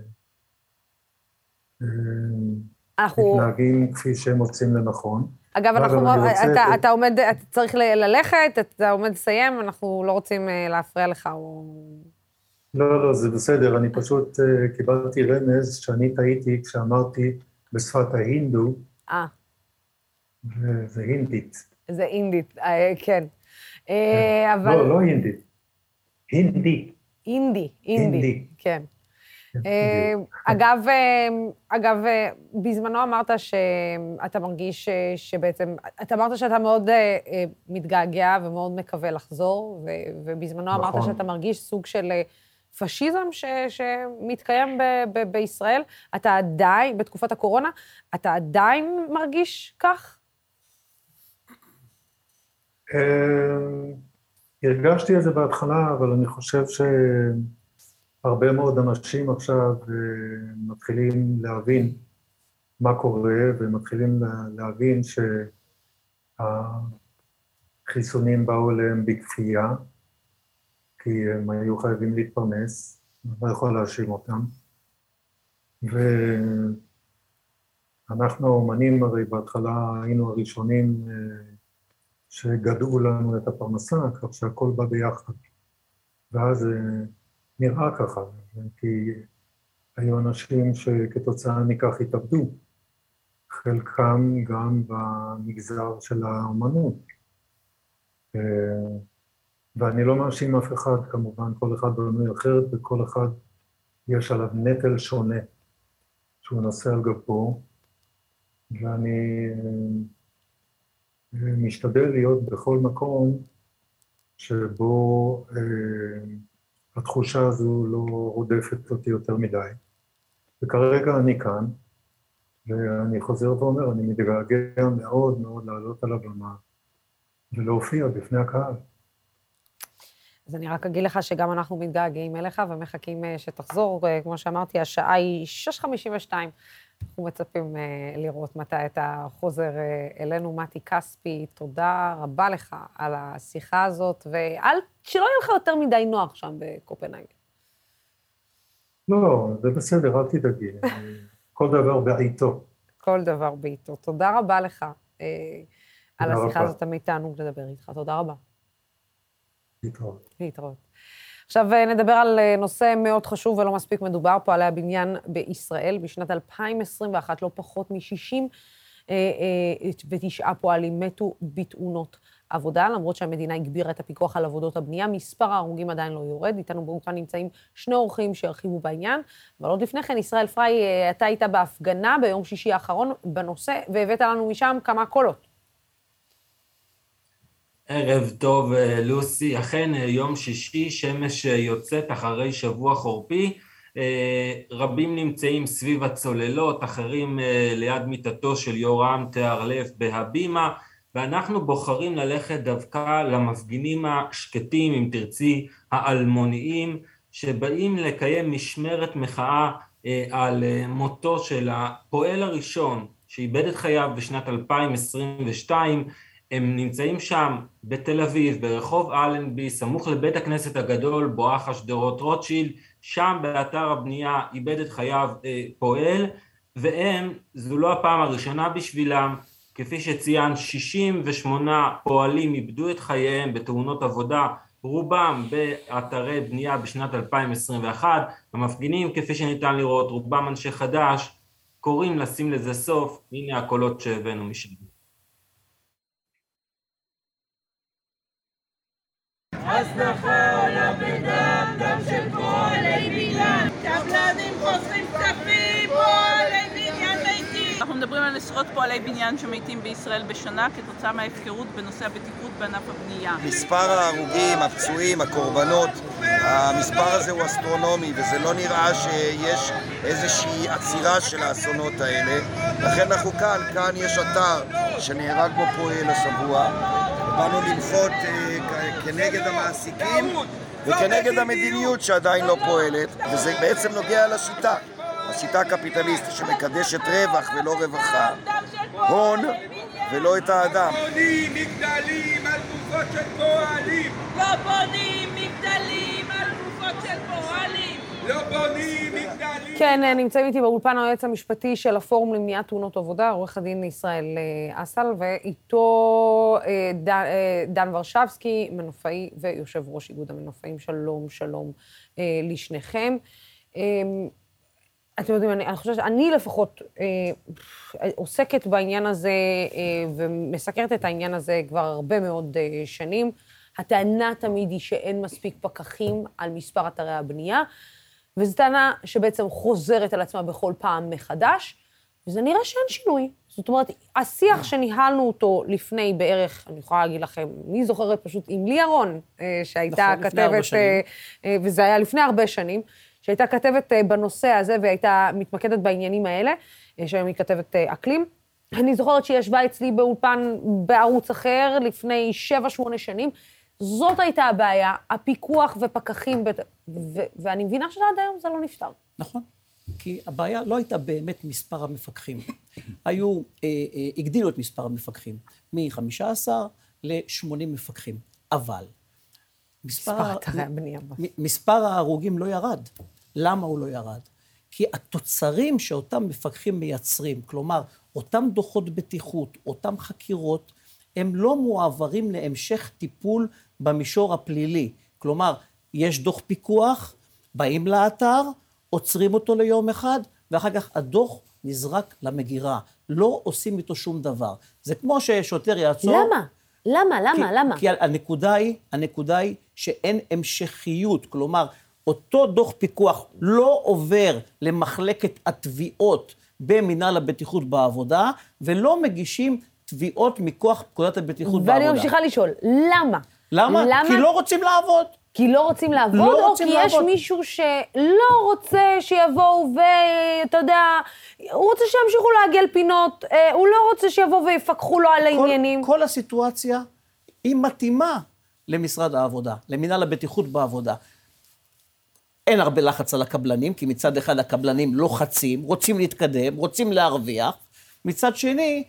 מתנהגים כפי שהם מוצאים לנכון. אגב, אנחנו, אתה, אתה עומד, אתה צריך ללכת, אתה עומד לסיים, אנחנו לא רוצים להפריע לך. או... לא, לא, זה בסדר, אני פשוט קיבלתי רמז שאני טעיתי כשאמרתי בשפת ההינדו, אה. וזה הינדית. זה הינדית, כן. אבל... לא, לא הינדית, הינדי. הינדי, הינדי, כן. אגב, אגב, בזמנו אמרת שאתה מרגיש שבעצם, אתה אמרת שאתה מאוד מתגעגע ומאוד מקווה לחזור, ובזמנו אמרת שאתה מרגיש סוג של פשיזם שמתקיים בישראל. אתה עדיין, בתקופת הקורונה, אתה עדיין מרגיש כך? הרגשתי את זה בהתחלה, אבל אני חושב שהרבה מאוד אנשים עכשיו מתחילים להבין מה קורה, ומתחילים להבין שהחיסונים באו אליהם בכפייה, כי הם היו חייבים להתפרנס, לא יכול להאשים אותם. ואנחנו האומנים הרי בהתחלה היינו הראשונים שגדעו לנו את הפרנסה, כך שהכל בא ביחד. ואז נראה ככה, כי היו אנשים שכתוצאה מכך התאבדו, חלקם גם במגזר של האומנות. ואני לא מאשים אף אחד, כמובן, כל אחד בנוי אחרת, וכל אחד יש עליו נטל שונה, שהוא נושא על גבו, ואני משתדל להיות בכל מקום שבו אה, התחושה הזו לא רודפת אותי יותר מדי. וכרגע אני כאן, ואני חוזר ואומר, אני מתגעגע מאוד מאוד לעלות על הבמה, ולהופיע בפני הקהל. אז אני רק אגיד לך שגם אנחנו מתגעגעים אליך ומחכים שתחזור. כמו שאמרתי, השעה היא שש חמישים ושתיים. אנחנו מצפים לראות מתי אתה חוזר אלינו. מתי כספי, תודה רבה לך על השיחה הזאת, ואל, שלא יהיה לך יותר מדי נוח שם בקופנהגן. לא, זה בסדר, אל תדאגי. כל דבר בעיתו. כל דבר בעיתו. תודה רבה לך על השיחה הזאת, תמיד תענוג לדבר איתך. תודה רבה. להתראות. להתראות. עכשיו נדבר על נושא מאוד חשוב ולא מספיק מדובר פה, עלי הבניין בישראל. בשנת אלפיים עשרים ואחת לא פחות מ-שישים ותשעה פועלים מתו בתאונות עבודה, למרות שהמדינה הגבירה את הפיקוח על עבודות הבנייה, מספר ההרוגים עדיין לא יורד. איתנו באולפן נמצאים שני אורחים שירחיבו בעניין, אבל עוד לפני כן, ישראל פריי, אתה היית בהפגנה ביום שישי האחרון בנושא, והבאת לנו משם כמה קולות. ערב טוב, לוסי. אכן, יום שישי, שמש יוצאת אחרי שבוע חורפי. רבים נמצאים סביב הצוללות, אחרים ליד מיטתו של יורם תיארלב בהבימה, ואנחנו בוחרים ללכת דווקא למפגינים השקטים, אם תרצי, האלמוניים, שבאים לקיים משמרת מחאה על מותו של הפועל הראשון, שאיבד את חייו בשנת אלפיים עשרים ושתיים, הם נמצאים שם בתל אביב, ברחוב אלנבי, סמוך לבית הכנסת הגדול, בואכה שדרות רוטשילד, שם באתר הבנייה איבד את חייו אה, פועל, והם, זו לא הפעם הראשונה בשבילם, כפי שציין, שישים ושמונה פועלים איבדו את חייהם בתאונות עבודה, רובם באתרי בנייה בשנת אלפיים עשרים ואחת, המפגינים, כפי שניתן לראות, רובם אנשי חדש, קוראים לשים לזה סוף. הנה הקולות שהבאנו משם. הזנחה עולה בדם, דם של פועלי בניין, קבלנים חוסכים כספים, פועלי בניין מתים. אנחנו מדברים על עשרות פועלי בניין שמתים בישראל בשנה כתוצאה מההפקרות בנושא הבטיחות בענף הבנייה. מספר ההרוגים, הפצועים, הקורבנות, המספר הזה הוא אסטרונומי, וזה לא נראה שיש איזושהי עצירה של האסונות האלה. לכן אנחנו כאן, כאן יש אתר שנהרג בו פועל השבוע, ובאנו למחות אה, כנגד המעסיקים וכנגד המדיניות שעדיין לא פועלת, וזה בעצם נוגע לשיטה. השיטה הקפיטליסטית שמקדשת רווח ולא רווחה, הון ולא את האדם. לא בונים מגדלים על גופות של פועלים. לא בונים מגדלים על גופות של פועלים. לא בונים מגדלים. כן, נמצאים איתי באולפן היועץ המשפטי של הפורום למניעת תאונות עבודה, עורך הדין ישראל אסל, ואיתו דן ורשבסקי, מנופאי ויושב ראש איגוד המנופאים. שלום, שלום לשניכם. אתם יודעים, אני, אני חושבת שאני לפחות אה, עוסקת בעניין הזה אה, ומסקרת את העניין הזה כבר הרבה מאוד אה, שנים. הטענה תמיד היא שאין מספיק פקחים על מספר אתרי הבנייה, וזו טענה שבעצם חוזרת על עצמה בכל פעם מחדש, וזה נראה שאין שינוי. זאת אומרת, השיח שניהלנו אותו לפני בערך, אני יכולה להגיד לכם, אני זוכרת פשוט עם לי ארון, אה, שהייתה נכון, כתבת, אה, אה, וזה היה לפני הרבה שנים, שהייתה כתבת בנושא הזה, והייתה מתמקדת בעניינים האלה, שהיום היא כתבת אקלים. אני זוכרת שהיא ישבה אצלי באולפן בערוץ אחר, לפני שבע, שמונה שנים. זאת הייתה הבעיה, הפיקוח ופקחים, ו- ואני מבינה שעד היום זה לא נפתר. נכון, כי הבעיה לא הייתה באמת מספר המפקחים. היו, אה, אה, הגדילו את מספר המפקחים, מ-חמישה עשר ל-שמונים מפקחים. אבל מספר, מספר, מ- מספר ההרוגים לא ירד. למה הוא לא ירד? כי התוצרים שאותם מפקחים מייצרים, כלומר, אותם דוחות בטיחות, אותם חקירות, הם לא מועברים להמשך טיפול במישור הפלילי. כלומר, יש דוח פיקוח, באים לאתר, עוצרים אותו ליום אחד, ואחר כך הדוח נזרק למגירה. לא עושים איתו שום דבר. זה כמו ששוטר יעצור... למה? למה? למה? כי, למה? כי הנקודה היא, הנקודה היא שאין המשכיות. כלומר, אותו דוח פיקוח לא עובר למחלקת התביעות במינהל הבטיחות בעבודה, ולא מגישים תביעות מכוח פקודת הבטיחות בעבודה. ואני ממשיכה לשאול, למה? למה? למה? כי לא רוצים לעבוד. כי לא רוצים לעבוד, לא או רוצים כי לעבוד. יש מישהו שלא רוצה שיבואו ואתה יודע, הוא רוצה שימשיכו לעגל פינות, הוא לא רוצה שיבואו ויפקחו לו על כל, העניינים. כל הסיטואציה היא מתאימה למשרד העבודה, למינהל הבטיחות בעבודה. אין הרבה לחץ על הקבלנים, כי מצד אחד הקבלנים לוחצים, רוצים להתקדם, רוצים להרוויח. מצד שני,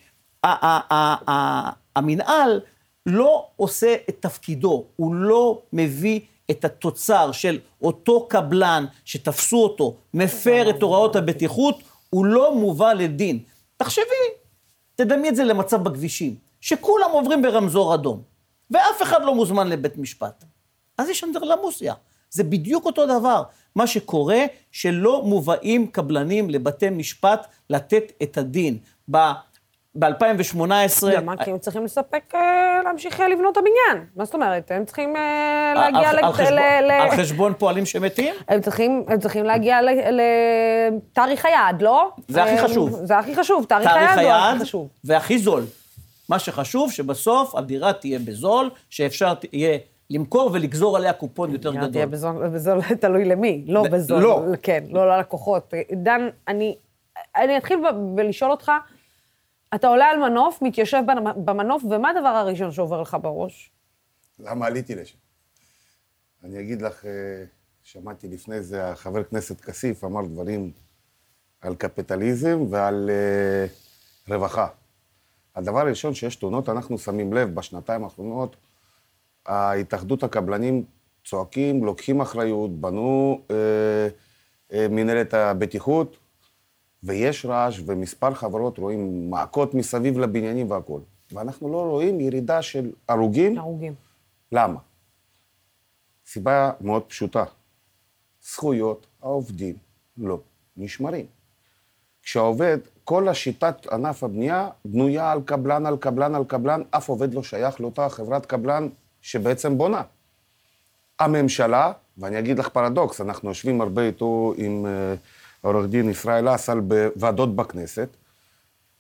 המינהל לא עושה את תפקידו, הוא לא מביא את התוצר של אותו קבלן שתפסו אותו, מפר את הוראות הבטיחות, הוא לא מובא לדין. תחשבי, תדמי את זה למצב בכבישים, שכולם עוברים ברמזור אדום, ואף אחד לא מוזמן לבית משפט. אז יש אנדרלמוסיה. זה בדיוק אותו דבר. מה שקורה, שלא מובאים קבלנים לבתי משפט לתת את הדין. ב-אלפיים ושמונה עשרה... למה? כי הם צריכים לספק, להמשיך לבנות הבניין. מה זאת אומרת? הם צריכים להגיע... על חשבון פועלים שמתים? הם צריכים להגיע לתאריך היעד, לא? זה הכי חשוב. זה הכי חשוב, תאריך היעד הוא הכי חשוב. והכי זול. מה שחשוב, שבסוף הדירה תהיה בזול, שאפשר תהיה... למכור ולגזור עליה קופון יותר גדול. תהיה בזול, תלוי למי, לא בזול. לא. כן, לא ללקוחות. דן, אני אתחיל ולשאול אותך, אתה עולה על מנוף, מתיישב במנוף, ומה הדבר הראשון שעובר לך בראש? למה עליתי לשם? אני אגיד לך, שמעתי לפני זה, חבר כנסת כסיף אמר דברים על קפיטליזם ועל רווחה. הדבר הראשון שיש תאונות, אנחנו שמים לב בשנתיים האחרונות, ההתאחדות הקבלנים צועקים, לוקחים אחריות, בנו אה, אה, מנהלת הבטיחות, ויש רעש, ומספר חברות רואים מעקות מסביב לבניינים והכל. ואנחנו לא רואים ירידה של הרוגים. הרוגים. למה? סיבה מאוד פשוטה. זכויות העובדים לא נשמרים. כשהעובד, כל השיטת ענף הבנייה בנויה על קבלן, על קבלן, על קבלן, אף עובד לא שייך לאותה חברת קבלן שבעצם בונה. הממשלה, ואני אגיד לך פרדוקס, אנחנו יושבים הרבה איתו עם עורך דין ישראל אסל בוועדות בכנסת,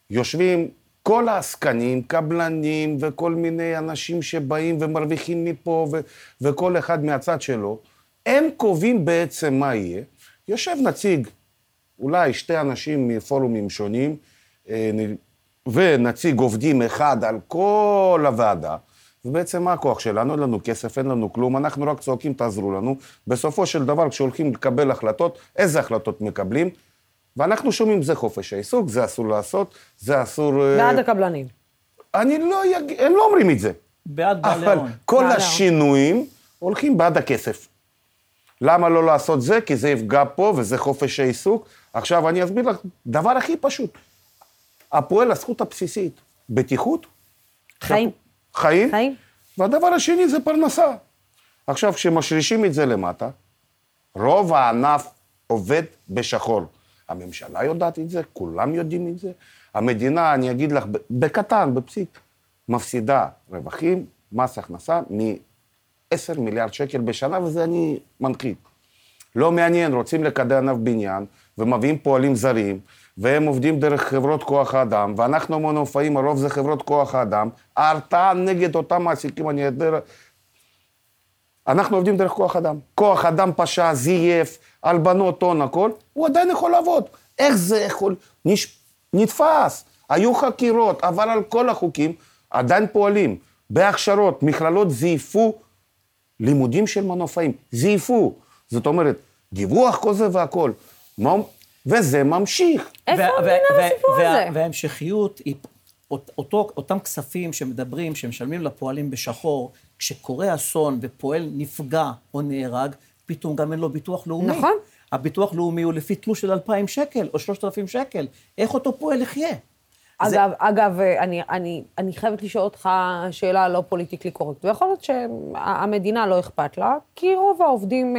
יושבים כל העסקנים, קבלנים וכל מיני אנשים שבאים ומרוויחים מפה ו- וכל אחד מהצד שלו, הם קובעים בעצם מה יהיה. יושב נציג, אולי שתי אנשים מפורומים שונים, ונציג עובדים אחד על כל הוועדה, ובעצם מה הכוח שלנו? אין לנו כסף, אין לנו כלום, אנחנו רק צועקים, תעזרו לנו. בסופו של דבר, כשהולכים לקבל החלטות, איזה החלטות מקבלים? ואנחנו שומעים, זה חופש העיסוק, זה אסור לעשות, זה אסור... בעד הקבלנים. אני לא יג... הם לא אומרים את זה. בעד בעלי אבל ההון. כל השינויים הולכים בעד הכסף. למה לא לעשות זה? כי זה יפגע פה וזה חופש העיסוק. עכשיו אני אסביר לך, דבר הכי פשוט. הפועל הזכות הבסיסית, בטיחות. חיים. חיים. חיים. והדבר השני זה פרנסה. עכשיו, כשמשרישים את זה למטה, רוב הענף עובד בשחור. הממשלה יודעת את זה, כולם יודעים את זה. המדינה, אני אגיד לך, בקטן, בפסיק, מפסידה רווחים, מס הכנסה, מ-עשרה מיליארד שקל בשנה, וזה אני מנחית. לא מעניין, רוצים לקדם ענף בניין, ומביאים פועלים זרים, והם עובדים דרך חברות כוח האדם, ואנחנו מנופאים, הרוב זה חברות כוח האדם, ההרתעה נגד אותם מעסיקים, אני יודע... אנחנו עובדים דרך כוח אדם. כוח אדם פשע, זייף, הלבנות הון, הכל, הוא עדיין יכול לעבוד. איך זה יכול? נש... נתפס. היו חקירות, אבל על כל החוקים עדיין פועלים. בהכשרות, מכללות זייפו לימודים של מנופאים. זייפו. זאת אומרת, דיווח כל זה והכל. וזה ממשיך. איפה המדינה בסיפור הזה? וההמשכיות היא... אותו, אותם כספים שמדברים, שמשלמים לפועלים בשחור, כשקורה אסון ופועל נפגע או נהרג, פתאום גם אין לו ביטוח לאומי. נכון. הביטוח לאומי הוא לפי תלוש של אלפיים שקל או שלושת אלפים שקל. איך אותו פועל יחיה? אגב, זה... אגב, אני, אני, אני חייבת לשאול אותך שאלה לא פוליטיקלי קורקט, ויכול להיות שהמדינה לא אכפת לה, כי רוב העובדים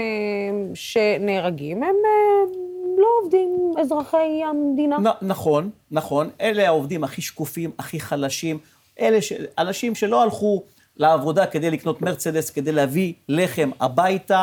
שנהרגים הם לא עובדים אזרחי המדינה. נ, נכון, נכון. אלה העובדים הכי שקופים, הכי חלשים, אלה ש... אנשים שלא הלכו לעבודה כדי לקנות מרצדס, כדי להביא לחם הביתה,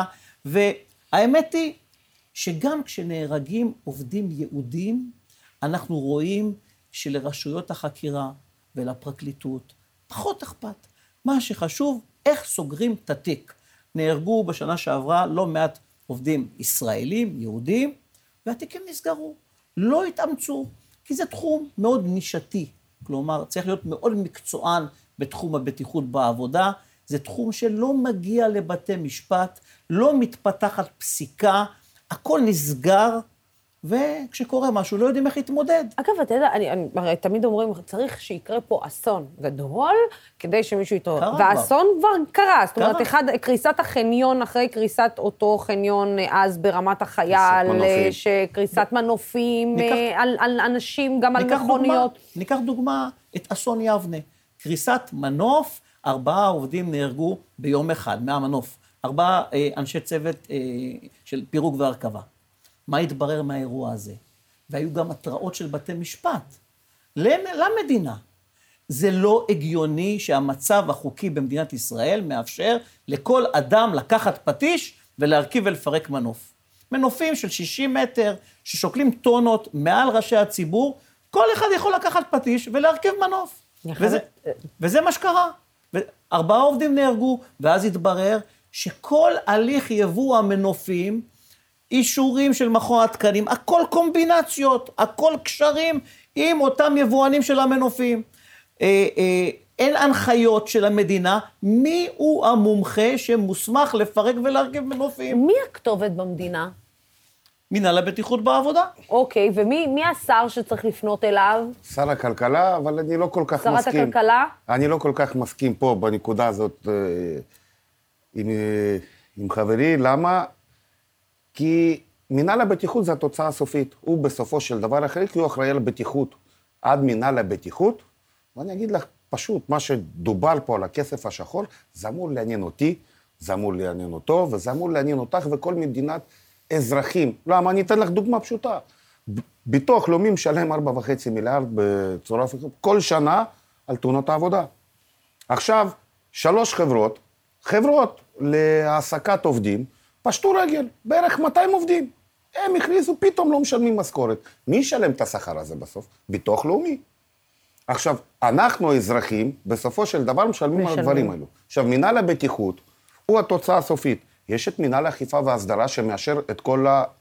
והאמת היא שגם כשנהרגים עובדים יהודים, אנחנו רואים שלרשויות החקירה ולפרקליטות פחות אכפת. מה שחשוב, איך סוגרים את התיק. נהרגו בשנה שעברה לא מעט עובדים ישראלים, יהודים, והתיקים נסגרו. לא התאמצו, כי זה תחום מאוד נישתי. כלומר, צריך להיות מאוד מקצוען בתחום הבטיחות בעבודה. זה תחום שלא מגיע לבתי משפט, לא מתפתחת פסיקה, הכל נסגר, וכשקורה משהו, לא יודעים איך להתמודד. אגב, אתה יודע, אני, אני, הרי תמיד אומרים, צריך שיקרה פה אסון גדול, כדי שמישהו יתעורר. והאסון כבר קרה. זאת אומרת, אחד, קריסת החניון, אחרי קריסת אותו חניון אז ברמת החייל, שקריסת מנופים, ניקח, על, על אנשים, גם על מכוניות. דוגמה, ניקח דוגמה את אסון יבנה. קריסת מנוף, ארבעה עובדים נהרגו ביום אחד, מהמנוף. ארבעה אה, אנשי צוות אה, של פירוק והרכבה. מה התברר מהאירוע הזה? והיו גם התראות של בתי משפט. למדינה. זה לא הגיוני שהמצב החוקי במדינת ישראל מאפשר לכל אדם לקחת פטיש ולהרכיב ולפרק מנוף. מנופים של שישים מטר, ששוקלים טונות מעל ראשי הציבור, כל אחד יכול לקחת פטיש ולהרכיב מנוף. וזה, וזה מה שקרה. ארבעה עובדים נהרגו, ואז התברר שכל הליך יבוא המנופים, אישורים של מכון התקנים, הכל קומבינציות, הכל קשרים עם אותם יבואנים של המנופים. אה, אה, אין הנחיות של המדינה, מי הוא המומחה שמוסמך לפרק ולהרכיב מנופים? מי הכתובת במדינה? מנהל הבטיחות בעבודה. אוקיי, ומי מי השר שצריך לפנות אליו? שר הכלכלה, אבל אני לא כל כך שרת מסכים. שרת הכלכלה? אני לא כל כך מסכים פה, בנקודה הזאת, עם, עם חברי. למה? כי מנהל הבטיחות זה התוצאה הסופית. הוא בסופו של דבר אחרי, כי הוא אחראי על הבטיחות. עד מנהל הבטיחות, ואני אגיד לך פשוט, מה שדובר פה על הכסף השחור, זה אמור לעניין אותי, זה אמור לעניין אותו, וזה אמור לעניין אותך וכל מדינת אזרחים. למה? אני אתן לך דוגמה פשוטה. ביטוח לאומי משלם ארבע וחצי מיליארד בצורה כל שנה על תאונות העבודה. עכשיו, שלוש חברות, חברות להעסקת עובדים, פשטו רגל, בערך מאתיים עובדים. הם הכניסו, פתאום לא משלמים משכורת. מי ישלם את השכר הזה בסוף? ביטוח לאומי. עכשיו, אנחנו האזרחים, בסופו של דבר משלמים על הדברים האלו. עכשיו, מנהל הבטיחות הוא התוצאה הסופית. יש את מנהל האכיפה וההסדרה שמאשר את כל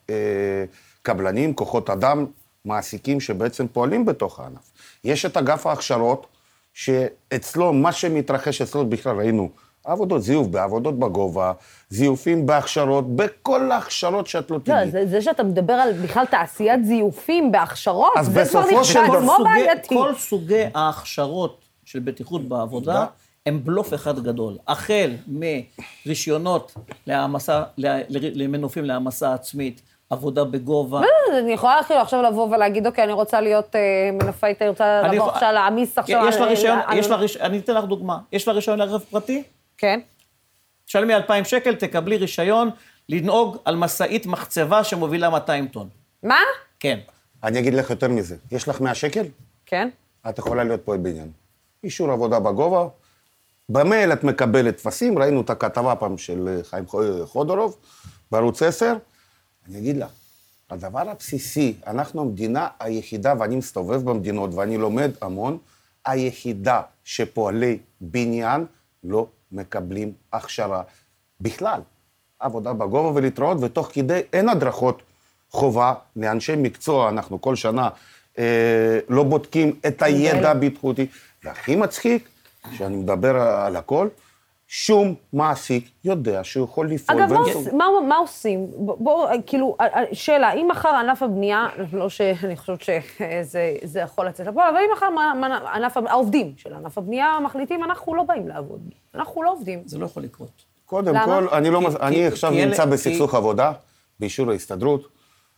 הקבלנים, כוחות אדם, מעסיקים שבעצם פועלים בתוך הענף. יש את אגף ההכשרות, שאצלו, מה שמתרחש אצלו בכלל ראינו, עבודות זיוף, בעבודות בגובה, זיופים בהכשרות, בכל ההכשרות שאת לא תגידי. לא, זה, זה שאתה מדבר על בכלל תעשיית זיופים בהכשרות, אז זה כבר בסופו של נכתב דבר- כמו בעייתי. כל סוגי ההכשרות של בטיחות בעבודה הם בלוף אחד גדול. החל מרישיונות להעמסה, למנופים להעמסה עצמית, עבודה בגובה. אני יכולה כאילו עכשיו לבוא ולהגיד, אוקיי, אני רוצה להיות מנופאית, אני רוצה אני לבוא יכול- עכשיו להעמיס עכשיו... יש לה רישיון, על- יש לה רישיון, אני אתן לך דוגמה. יש לה רישיון לרכב פרטי? כן. תשלמי אלפיים שקל, תקבלי רישיון לנהוג על משאית מחצבה שמובילה מאתיים טון. מה? כן. אני אגיד לך יותר מזה, יש לך מאה שקל? כן. את יכולה להיות פועל בניין. אישור עבודה בגובה, במייל את מקבלת טפסים, ראינו את הכתבה פעם של חיים חודורוב, בערוץ עשר, אני אגיד לך, הדבר הבסיסי, אנחנו המדינה היחידה, ואני מסתובב במדינות ואני לומד המון, היחידה שפועלי בניין לא מקבלים הכשרה בכלל. עבודה בגובה ולהתראות, ותוך כדי אין הדרכות חובה לאנשי מקצוע, אנחנו כל שנה אה, לא בודקים את הידע הבטיחותי. והכי מצחיק, שאני מדבר על הכל, שום מעסיק יודע שהוא יכול לפעול. אגב, מה, ולסוג- עוש- מה, מה עושים? בוא, בוא, כאילו, שאלה, אם מחר ענף הבנייה, לא שאני חושבת שזה זה יכול לצאת לפועל, אבל אם מחר מה- מה- ענף, העובדים של ענף הבנייה מחליטים, אנחנו לא באים לעבוד, אנחנו לא עובדים. זה לא יכול לקרות. קודם למה? כל, אני, לא, כי- מס- כי- אני עכשיו כי אלה- נמצא כי- בסכסוך עבודה, באישור ההסתדרות.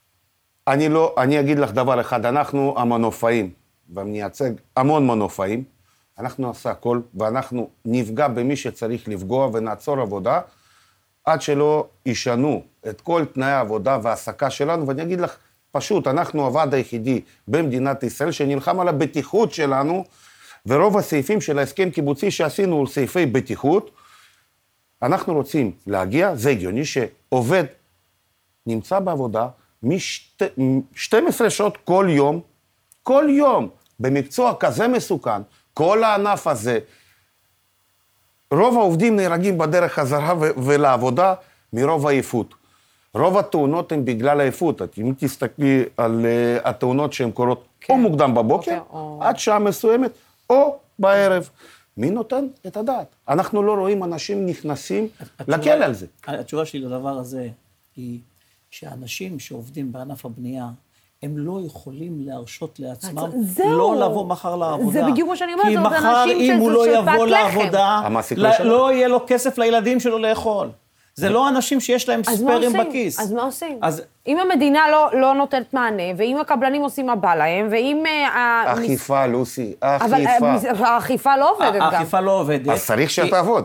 אני לא, אני אגיד לך דבר אחד, אנחנו המנופאים, ואני מייצג המון מנופאים, אנחנו נעשה הכל, ואנחנו נפגע במי שצריך לפגוע ונעצור עבודה, עד שלא ישנו את כל תנאי העבודה והעסקה שלנו, ואני אגיד לך, פשוט, אנחנו הוועד היחידי במדינת ישראל שנלחם על הבטיחות שלנו, ורוב הסעיפים של ההסכם קיבוצי שעשינו סעיפי בטיחות, אנחנו רוצים להגיע, זה הגיוני שעובד נמצא בעבודה מ-שתים עשרה שעות כל יום, כל יום, במקצוע כזה מסוכן, כל הענף הזה, רוב העובדים נהרגים בדרך חזרה ו- ולעבודה מרוב העייפות. רוב התאונות הן בגלל העייפות. אם תסתכלי על uh, התאונות שהן קורות כן. או מוקדם בבוקר, okay, או... עד שעה מסוימת, או בערב. מי נותן את הדעת? אנחנו לא רואים אנשים נכנסים לכלא על זה. התשובה שלי לדבר הזה היא שאנשים שעובדים בענף הבנייה, הם לא יכולים להרשות לעצמם לא לבוא מחר לעבודה. זה בדיוק מה שאני אומרת, כי זה מחר אנשים אם הוא שזה לא של יבוא פת לעבודה, המעסיק לא, לא שלו. לא יהיה לו כסף לילדים שלו לאכול. זה לא אנשים שיש להם אז מה ספרים עושים? בכיס. אז מה עושים? אז אם המדינה לא, לא נותנת מענה, ואם הקבלנים עושים מה בא להם, ואם... אה, אכיפה, לוסי, אבל אכיפה. אה, האכיפה לא עובדת גם. האכיפה לא עובדת. אז צריך כי- שתעבוד.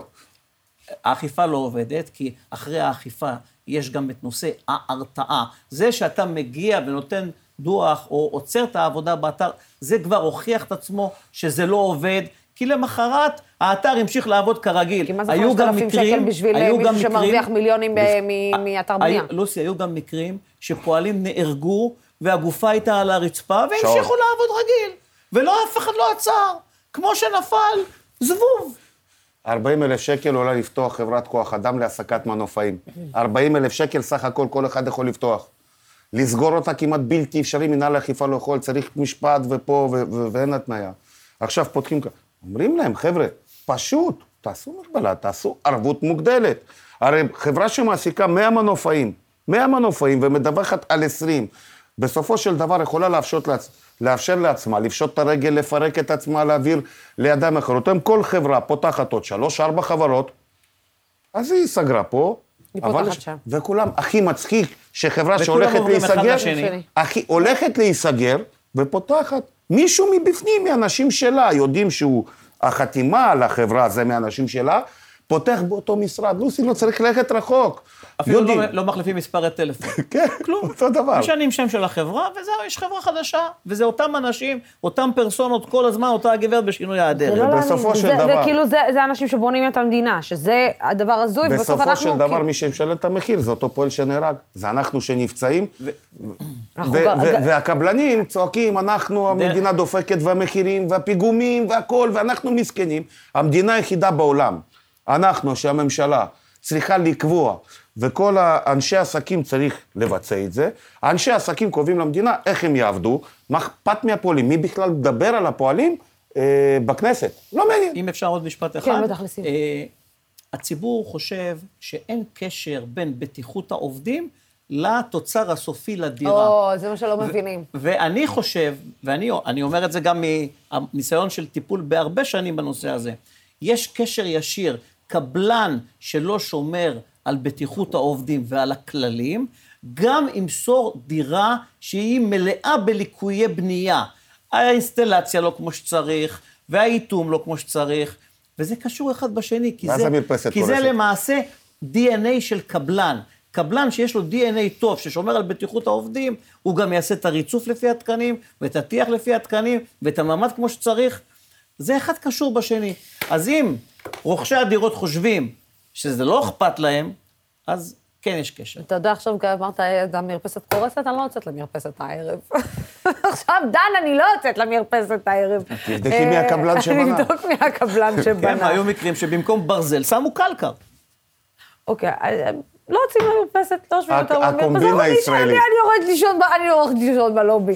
האכיפה לא עובדת, כי אחרי האכיפה יש גם את נושא ההרתעה. זה שאתה מגיע ונותן דוח או עוצר את העבודה באתר, זה כבר הוכיח את עצמו שזה לא עובד, כי למחרת האתר המשיך לעבוד כרגיל. כי מה זה היו חמשת גם אלפים מקרים- שקל בשביל היו מישהו גם שמרוויח מקרים- מיליונים ב- מ- מאתר בנייה? היו- לוסי, היו גם מקרים שפועלים נהרגו, והגופה הייתה על הרצפה, והמשיכו שעות. לעבוד רגיל. ולא, אף אחד לא עצר. כמו שנפל, זבוב. ארבעים אלף שקל עולה לפתוח חברת כוח אדם להעסקת מנופאים. ארבעים אלף שקל סך הכל כל אחד יכול לפתוח. לסגור אותה כמעט בלתי אפשרי, מנהל האכיפה לא יכול, צריך משפט ופה ו- ו- ואין התניה. עכשיו פותחים ככה. אומרים להם, חבר'ה, פשוט, תעשו מגבלה, תעשו ערבות מוגדלת. הרי חברה שמעסיקה מאה מנופאים, מאה מנופאים ומדווחת על עשרים, בסופו של דבר יכולה לאפשות לעצ... לאפשר לעצמה, לפשוט את הרגל, לפרק את עצמה, להעביר לידיים אחרות. אם כל חברה פותחת עוד שלוש, ארבע חברות, אז היא סגרה פה. היא אבל... פותחת שם. וכולם, הכי מצחיק, שחברה וכולם שהולכת עוברים אחד להיסגר, לשני. הכי, הולכת להיסגר ופותחת. מישהו מבפנים, מאנשים שלה, יודעים שהוא, החתימה על החברה זה מאנשים שלה, פותח באותו משרד. לוסי לא צריך ללכת רחוק. אפילו לא, לא מחליפים מספרי טלפון. כן, כלום, אותו דבר. משנים שם של החברה, וזהו, יש חברה חדשה, וזה אותם אנשים, אותם פרסונות כל הזמן, אותה הגברת בשינוי האדרת. ובסופו של זה, דבר... זה כאילו, זה, זה אנשים שבונים את המדינה, שזה הדבר הזוי, ובסוף אנחנו... בסופו של דבר, כאילו... מי שמשלם את המחיר, זה אותו פועל שנהרג. זה אנחנו שנפצעים, ו... ו... ו... והקבלנים צועקים, אנחנו, המדינה דופקת, והמחירים, והפיגומים, והכל, ואנחנו מסכנים. המדינה היחידה בעולם, אנחנו, שהממשלה צריכה לקבוע, וכל האנשי העסקים צריך לבצע את זה. האנשי העסקים קובעים למדינה איך הם יעבדו, מה אכפת מהפועלים, מי בכלל מדבר על הפועלים אה, בכנסת? לא מעניין. אם אפשר עוד משפט אחד. כן, בטח לסיום. אה, הציבור חושב שאין קשר בין בטיחות העובדים לתוצר הסופי לדירה. או, זה מה שלא מבינים. ואני חושב, ואני אני אומר את זה גם מהניסיון של טיפול בהרבה שנים בנושא הזה, יש קשר ישיר, קבלן שלא שומר על בטיחות העובדים ועל הכללים, גם ימסור דירה שהיא מלאה בליקויי בנייה. האינסטלציה לא כמו שצריך, והאיתום לא כמו שצריך, וזה קשור אחד בשני, כי זה, כי זה למעשה די אן איי של קבלן. קבלן שיש לו די אן איי טוב, ששומר על בטיחות העובדים, הוא גם יעשה את הריצוף לפי התקנים, ואת הטיח לפי התקנים, ואת הממ"ד כמו שצריך. זה אחד קשור בשני. אז אם רוכשי הדירות חושבים שזה לא אכפת להם, אז כן יש קשר. אתה יודע, עכשיו אמרת, המרפסת קורסת, אני לא יוצאת למרפסת הערב. עכשיו, דן, אני לא יוצאת למרפסת הערב. תבדקי מי הקבלן שבנה. אני אבדוק מי הקבלן שבנה. כן, היו מקרים שבמקום ברזל שמו קלקר. אוקיי, לא יוצאים למרפסת, לא יושבים יותר במרפסת. הקומבינה הישראלית. אני הולכת לישון בלובי.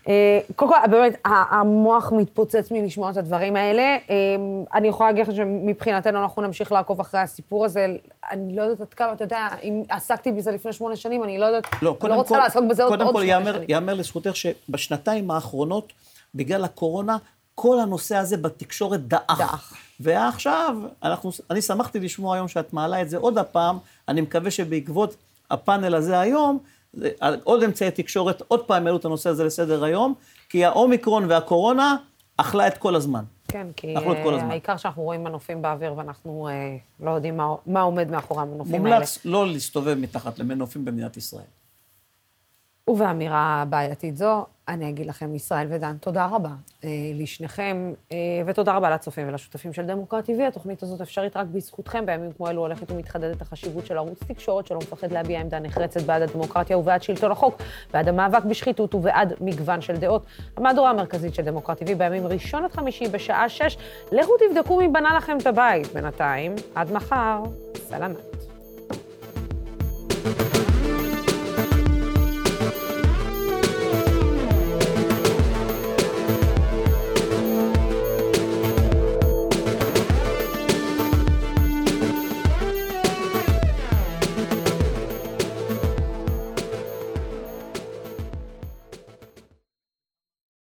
קודם כל, באמת, המוח מתפוצץ מלשמוע את הדברים האלה. אני יכולה להגיד לך שמבחינתנו אנחנו נמשיך לעקוב אחרי הסיפור הזה. אני לא יודעת עד כמה, אתה יודע, אם עסקתי בזה לפני שמונה שנים, אני לא יודעת, לא רוצה לעסוק בזה עוד שמונה שנים. קודם כל, יאמר לזכותך שבשנתיים האחרונות, בגלל הקורונה, כל הנושא הזה בתקשורת דאח. ועכשיו, אני שמחתי לשמוע היום שאת מעלה את זה עוד הפעם, אני מקווה שבעקבות הפאנל הזה היום, עוד אמצעי תקשורת, עוד פעם העלו את הנושא הזה לסדר היום, כי האומיקרון והקורונה אכלה את כל הזמן. כן, כי העיקר שאנחנו רואים מנופים באוויר, ואנחנו לא יודעים מה עומד מאחורי המנופים האלה. מומלץ לא להסתובב מתחת למנופים במדינת ישראל. ובאמירה בעייתית זו, אני אגיד לכם, ישראל ודן, תודה רבה אה, לשניכם, אה, ותודה רבה לצופים ולשותפים של דמוקרט טי וי. התוכנית הזאת אפשרית רק בזכותכם. בימים כמו אלו הולכת ומתחדדת החשיבות של ערוץ תקשורת, שלא מפחד להביע עמדה נחרצת בעד הדמוקרטיה ובעד שלטון החוק, בעד המאבק בשחיתות ובעד מגוון של דעות. המהדורה המרכזית של דמוקרט טי וי בימים ראשון עד חמישי בשעה שש. לכו תבדקו מי בנה לכם את הבית. בינתיים, עד מחר, סלמת.